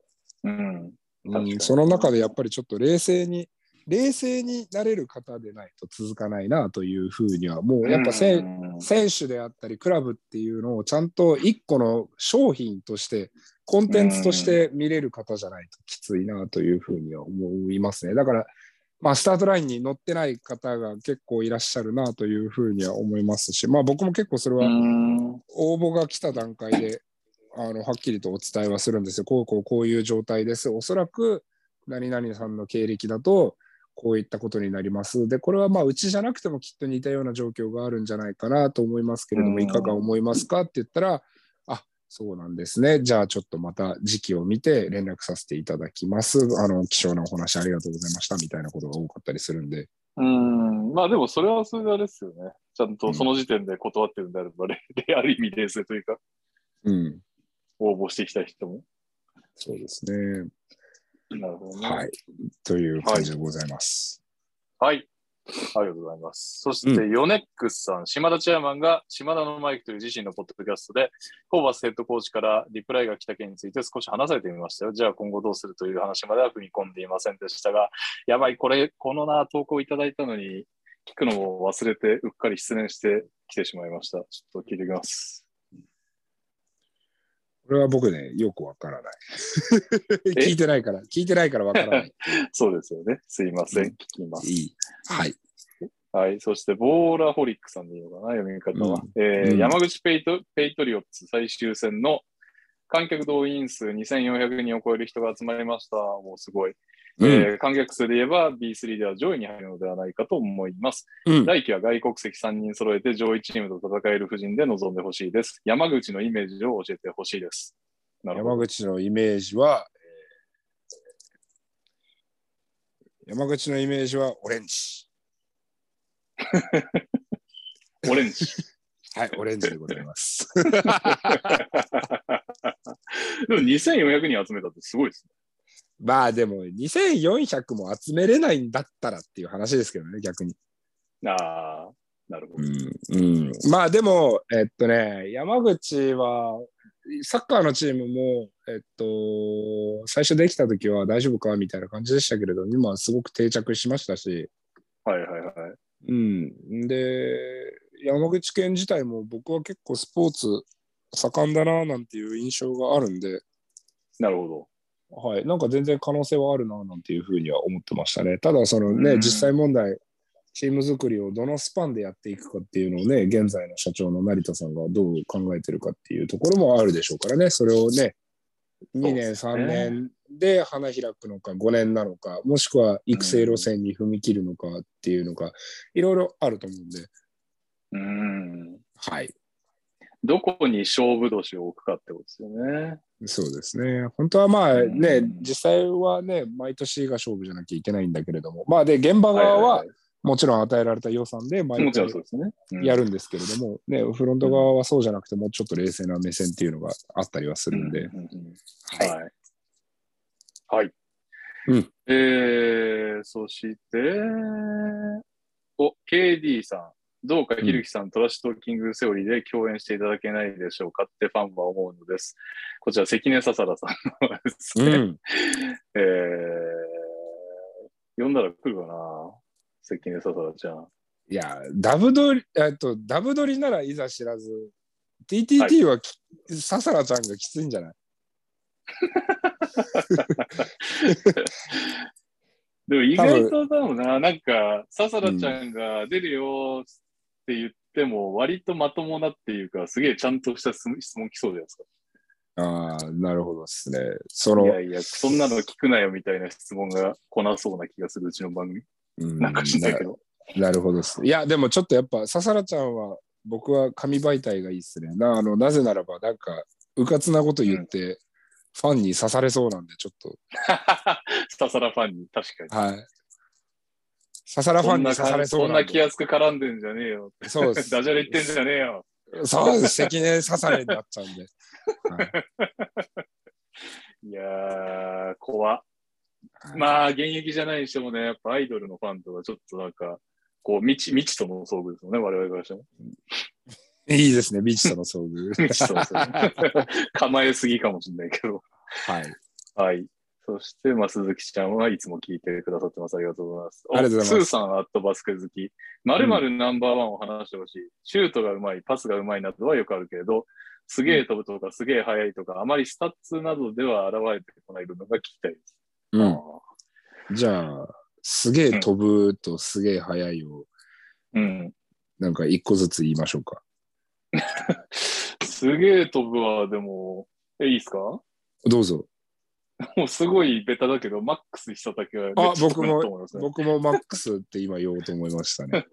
その中でやっぱりちょっと冷静になれる方でないと続かないなというふうには、もうやっぱ選手であったりクラブっていうのをちゃんと一個の商品としてコンテンツとして見れる方じゃないときついなというふうには思いますね。だからまあスタートラインに乗ってない方が結構いらっしゃるなというふうには思いますし、まあ僕も結構それは応募が来た段階ではっきりとお伝えはするんですよ。こういう状態です。おそらく何々さんの経歴だとこういったことになります。で、これはまあうちじゃなくてもきっと似たような状況があるんじゃないかなと思いますけれども、いかが思いますかって言ったら、あ、そうなんですね。じゃあちょっとまた時期を見て連絡させていただきます。貴重なお話ありがとうございましたみたいなことが多かったりするんで。 まあでもそれはそれであれですよね。ちゃんとその時点で断ってるんであれば、ある意味冷静というか、応募してきた人も。 そうですね。 なるほどね。 はい。という感じでございます。 はい。ありがとうございます。そして、ヨネックスさん、島田チェアマンが、島田のマイクという自身のポッドキャストで、ホーバスヘッドコーチからリプライが来た件について少し話されてみましたよ。じゃあ今後どうするという話までは踏み込んでいませんでしたが、やばい、この投稿いただいたのに、聞くのも忘れて、うっかり失念してきてしまいました。ちょっと聞いてきます。 これは僕ね、よくわからない。聞いてないからわからない。 そうですよね。すいません。聞きます。 はい。 はい。そして、ボーラホリックさんでいいのかな読み方は。山口ペイトリオッツ最終戦の観客動員数2400人を超える人が集まりました。もうすごい。観客数で言えば B3 では上位に入るのではないかと思います。来季は外国籍3人揃えて上位チームと戦える布陣で臨んでほしいです。山口のイメージを教えてほしいです。 山口のイメージは、オレンジ。 オレンジ。 はい、オレンジでございます。 でも2400人集めたってすごいですね。 まあでも2400も集めれないんだったらっていう話ですけどね、逆に。 ああ、なるほど。 まあでも、山口は、サッカーのチームも、最初できた時は大丈夫かみたいな感じでしたけれど、今はすごく定着しましたし。 はいはいはい。 で、山口県自体も僕は結構スポーツ盛んだななんていう印象があるんで。 なるほど。 はい。なんか全然可能性はあるななんていうふうには思ってましたね。ただそのね、実際問題、チーム作りをどのスパンでやっていくかっていうのをね、現在の社長の成田さんがどう考えてるかっていうところもあるでしょうからね。それをね、2年、3年で花開くのか、5年なのか、もしくは育成路線に踏み切るのかっていうのが、いろいろあると思うんで。はい。 どこに勝負年を置くかってことですよね。 そうですね。本当はまあね、実際はね、毎年が勝負じゃなきゃいけないんだけれども、まあで、現場側はもちろん与えられた予算で毎回やるんですけれども、ね、フロント側はそうじゃなくて、もうちょっと冷静な目線っていうのがあったりはするんで。 はい。はい。そして、KD さん。どうかひるきさん、トラッシュトーキングセオリーで共演していただけないでしょうかってファンは思うのです。こちら、関根ささらさんのですね。 呼んだら来るかな。関根ささらちゃん。 いや、ダブドリならいざ知らず、 は TTT はささらちゃんがきついんじゃない？ でも意外とだろうな、なんか、ささらちゃんが出るよって言っても、割とまともなっていうか、すげえちゃんとした質問来そうじゃないですか。 ああ、なるほどですね。 いやいや、そんなの聞くなよみたいな質問が来なそうな気がする、うちの番組。なんかしないけど。 なるほどです。いや、でもちょっとやっぱ、ささらちゃんは、僕は紙媒体がいいですね。なぜならば、なんか、うかつなこと言って、ファンに刺されそうなんで、ちょっと。 ささらファンに、確かに。 はい。ささらファンに刺されそうなんで。 そんな気安く絡んでんじゃねえよ。 そうです。 ダジャレ言ってんじゃねえよ。 そうです。関根刺されになっちゃうんで。はい、 いやー、怖っ。まあ、現役じゃないにしてもね、やっぱアイドルのファンとかちょっとなんか、こう、未知との遭遇ですよね、我々からしても。 いいですね、未知との遭遇。 未知との遭遇。構えすぎかもしれないけど。 はい。 はい。そして、まあ、鈴木ちゃんはいつも聞いてくださってます。ありがとうございます。 ありがとうございます。 スーさん、アットバスケ好き。〇〇ナンバーワンを話してほしい。シュートがうまい、パスがうまいなどはよくあるけれど、すげえ飛ぶとか、すげえ速いとか、あまりスタッツなどでは現れてこない部分が聞きたいです。 じゃあ、すげえ飛ぶとすげえ速いを、なんか一個ずつ言いましょうか。 すげえ飛ぶは、でも、いいですか？ どうぞ。 もうすごいベタだけど、マックスしただけはめっちゃ飛ぶと思いますね。 僕もマックスって今言おうと思いましたね。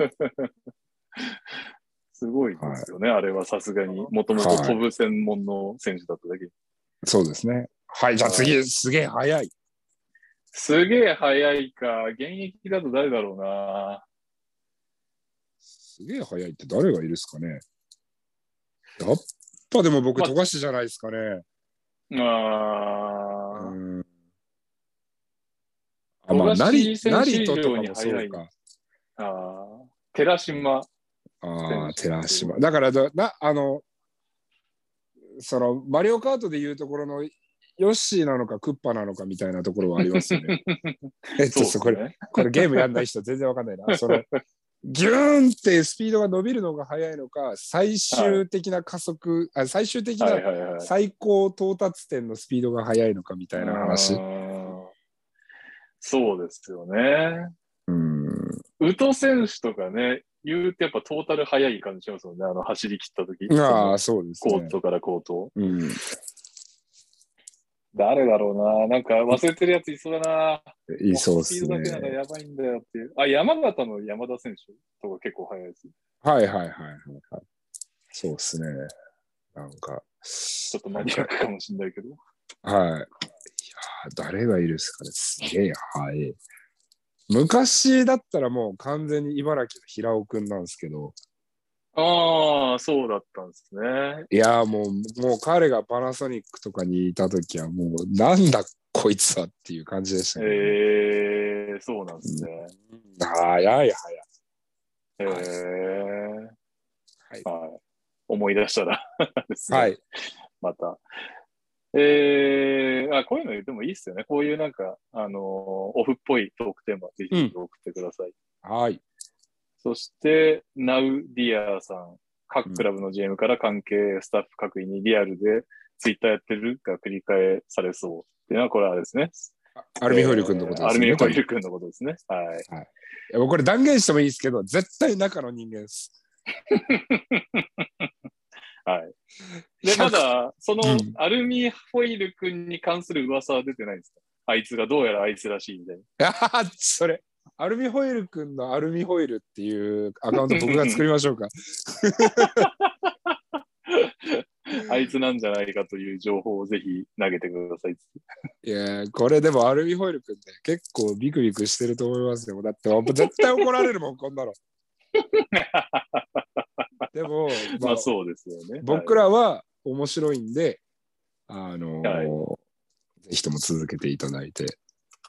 すごいですよね、あれはさすがに。もともと飛ぶ専門の選手だっただけ。 そうですね。はい、じゃあ次、すげえ速い。 すげえ速いか。現役だと誰だろうな。 すげえ速いって誰がいるっすかね。やっぱでも僕、富樫じゃないですかね。 まあ、 ナリトとかもそうか。 寺島。 寺島。だからマリオカートでいうところのヨッシーなのかクッパなのかみたいなところはありますよね。これゲームやんない人全然わかんないな。ギューンってスピードが伸びるのが速いのか、最終的な加速、最終的な最高到達点のスピードが速いのかみたいな話。 そうですよね。宇都選手とかね、言うてやっぱトータル速い感じしますもんね。走り切った時。 そうですね。 コートからコート。誰だろうな。なんか忘れてるやついそうだな。 いそうですね。 スピードだけならやばいんだよっていう。山形の山田選手とか結構速いです。 はい。そうですね。なんか。 ちょっとマニアックかもしれないけど。 はい。いや誰がいるっすかね。すげえ速い。昔だったらもう完全に茨城の平尾くんなんですけど。 そうだったんですね。 いやもう彼がパナソニックとかにいた時はもうなんだこいつはっていう感じでしたね。そうなんですね。 早い。 思い出したらですね。 はい。 また。こういうの言ってもいいっすよね。こういうなんか、オフっぽいトークテーマ、ぜひ送ってください。 はい。 そして、ナウディアさん。各クラブの GM から関係スタッフ各位にリアルでツイッターやってるが繰り返されそうっていうのは、これはですね。 アルミホイル君のことですね。 アルミホイル君のことですね。はい。 いやこれ断言してもいいですけど、絶対中の人間です。 はい。で、まだ、その、アルミホイル君に関する噂は出てないんですか？あいつがどうやらあいつらしいみたいな。 それ、アルミホイル君のアルミホイルっていうアカウント僕が作りましょうか。 あいつなんじゃないかという情報をぜひ投げてください。 いやこれでもアルミホイル君って結構ビクビクしてると思いますよ。だって絶対怒られるもん、こんなの。でも、 まあそうですよね。 僕らは面白いんで、ぜひとも続けていただいて。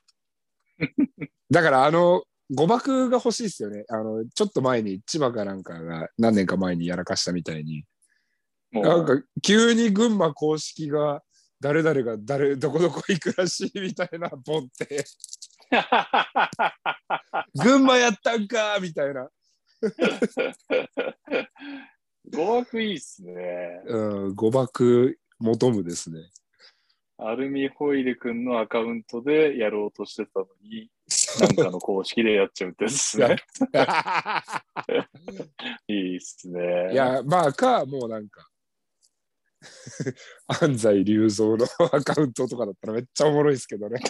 だから誤爆が欲しいですよね。ちょっと前に千葉かなんかが何年か前にやらかしたみたいに、なんか急に群馬公式が誰々がどこどこ行くらしいみたいなポンって群馬やったんかみたいな。 語学いいっすね。 誤爆求むですね。 アルミホイル君のアカウントでやろうとしてたのに、なんかの公式でやっちゃうってやつですね。いいっすね。 いや、まあもうなんか、安西隆三のアカウントとかだったらめっちゃおもろいですけどね。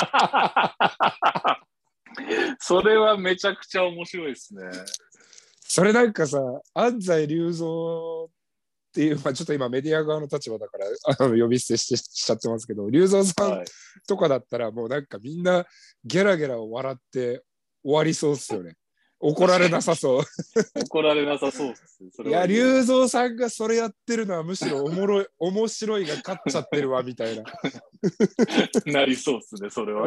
それはめちゃくちゃ面白いですね。 それなんかさ、安西隆三っていう、まあ、ちょっと今メディア側の立場だから呼び捨てしちゃってますけど、隆三さんとかだったらもうなんかみんなゲラゲラ笑って終わりそうっすよね。怒られなさそう。 怒られなさそうです。それいや、 はいい隆三さんがそれやってるのはむしろ面白いが勝っちゃってるわみたいな。 なりそうですね、それは。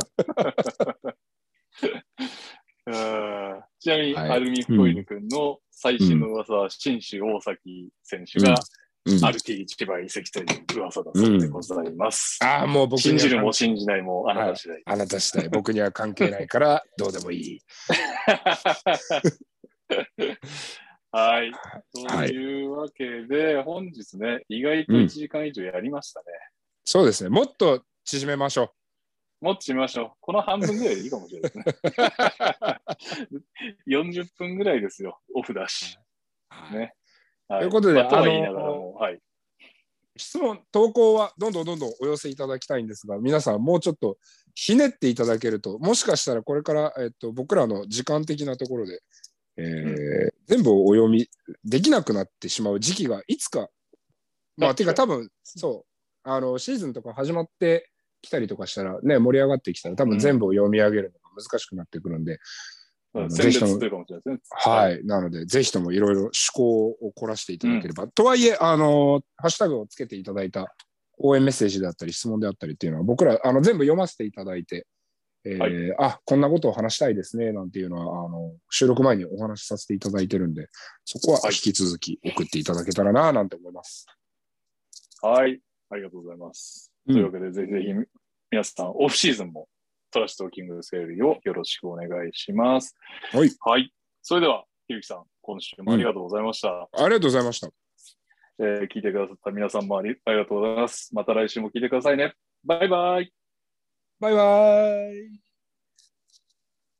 ちなみに、 はいアルミホイル君の最新の噂は、信州大崎選手が RT1 倍移籍という噂だそうでございます。 ああ、もう僕信じるも信じないもあなた次第。 あなた次第。僕には関係ないからどうでもいい。 はい。というわけで、本日ね、意外と1時間以上やりましたね。 そうですね。もっと縮めましょう。 もっと縮めましょう。この半分ぐらいでいいかもしれないですね。40分ぐらいですよ。オフだし。ね。 はい、ということで、 とは言いながらも、はい。 質問、投稿はどんどんお寄せいただきたいんですが、皆さんもうちょっとひねっていただけると、もしかしたらこれから、僕らの時間的なところで、全部お読みできなくなってしまう時期がいつか、まあ、てか多分、そう、シーズンとか始まってきたりとかしたら、ね、盛り上がってきたら、多分全部を読み上げるのが難しくなってくるんで、 ぜひとも、 はい。なので、ぜひともいろいろ趣向を凝らしていただければ。とはいえ、ハッシュタグをつけていただいた応援メッセージであったり、質問であったりっていうのは、僕ら、全部読ませていただいて、こんなことを話したいですね、なんていうのは、収録前にお話しさせていただいてるんで、そこは引き続き送っていただけたらな、なんて思います。 はい。ありがとうございます。というわけで、ぜひぜひ、皆さん、オフシーズンも、トラッシュトーキングセールをよろしくお願いします。 はい。 はい。それでは、ひるきさん、今週もありがとうございました。 ありがとうございました。 聞いてくださった皆さんもありがとうございます。また来週も聞いてくださいね。バイバイ。 バイバイ。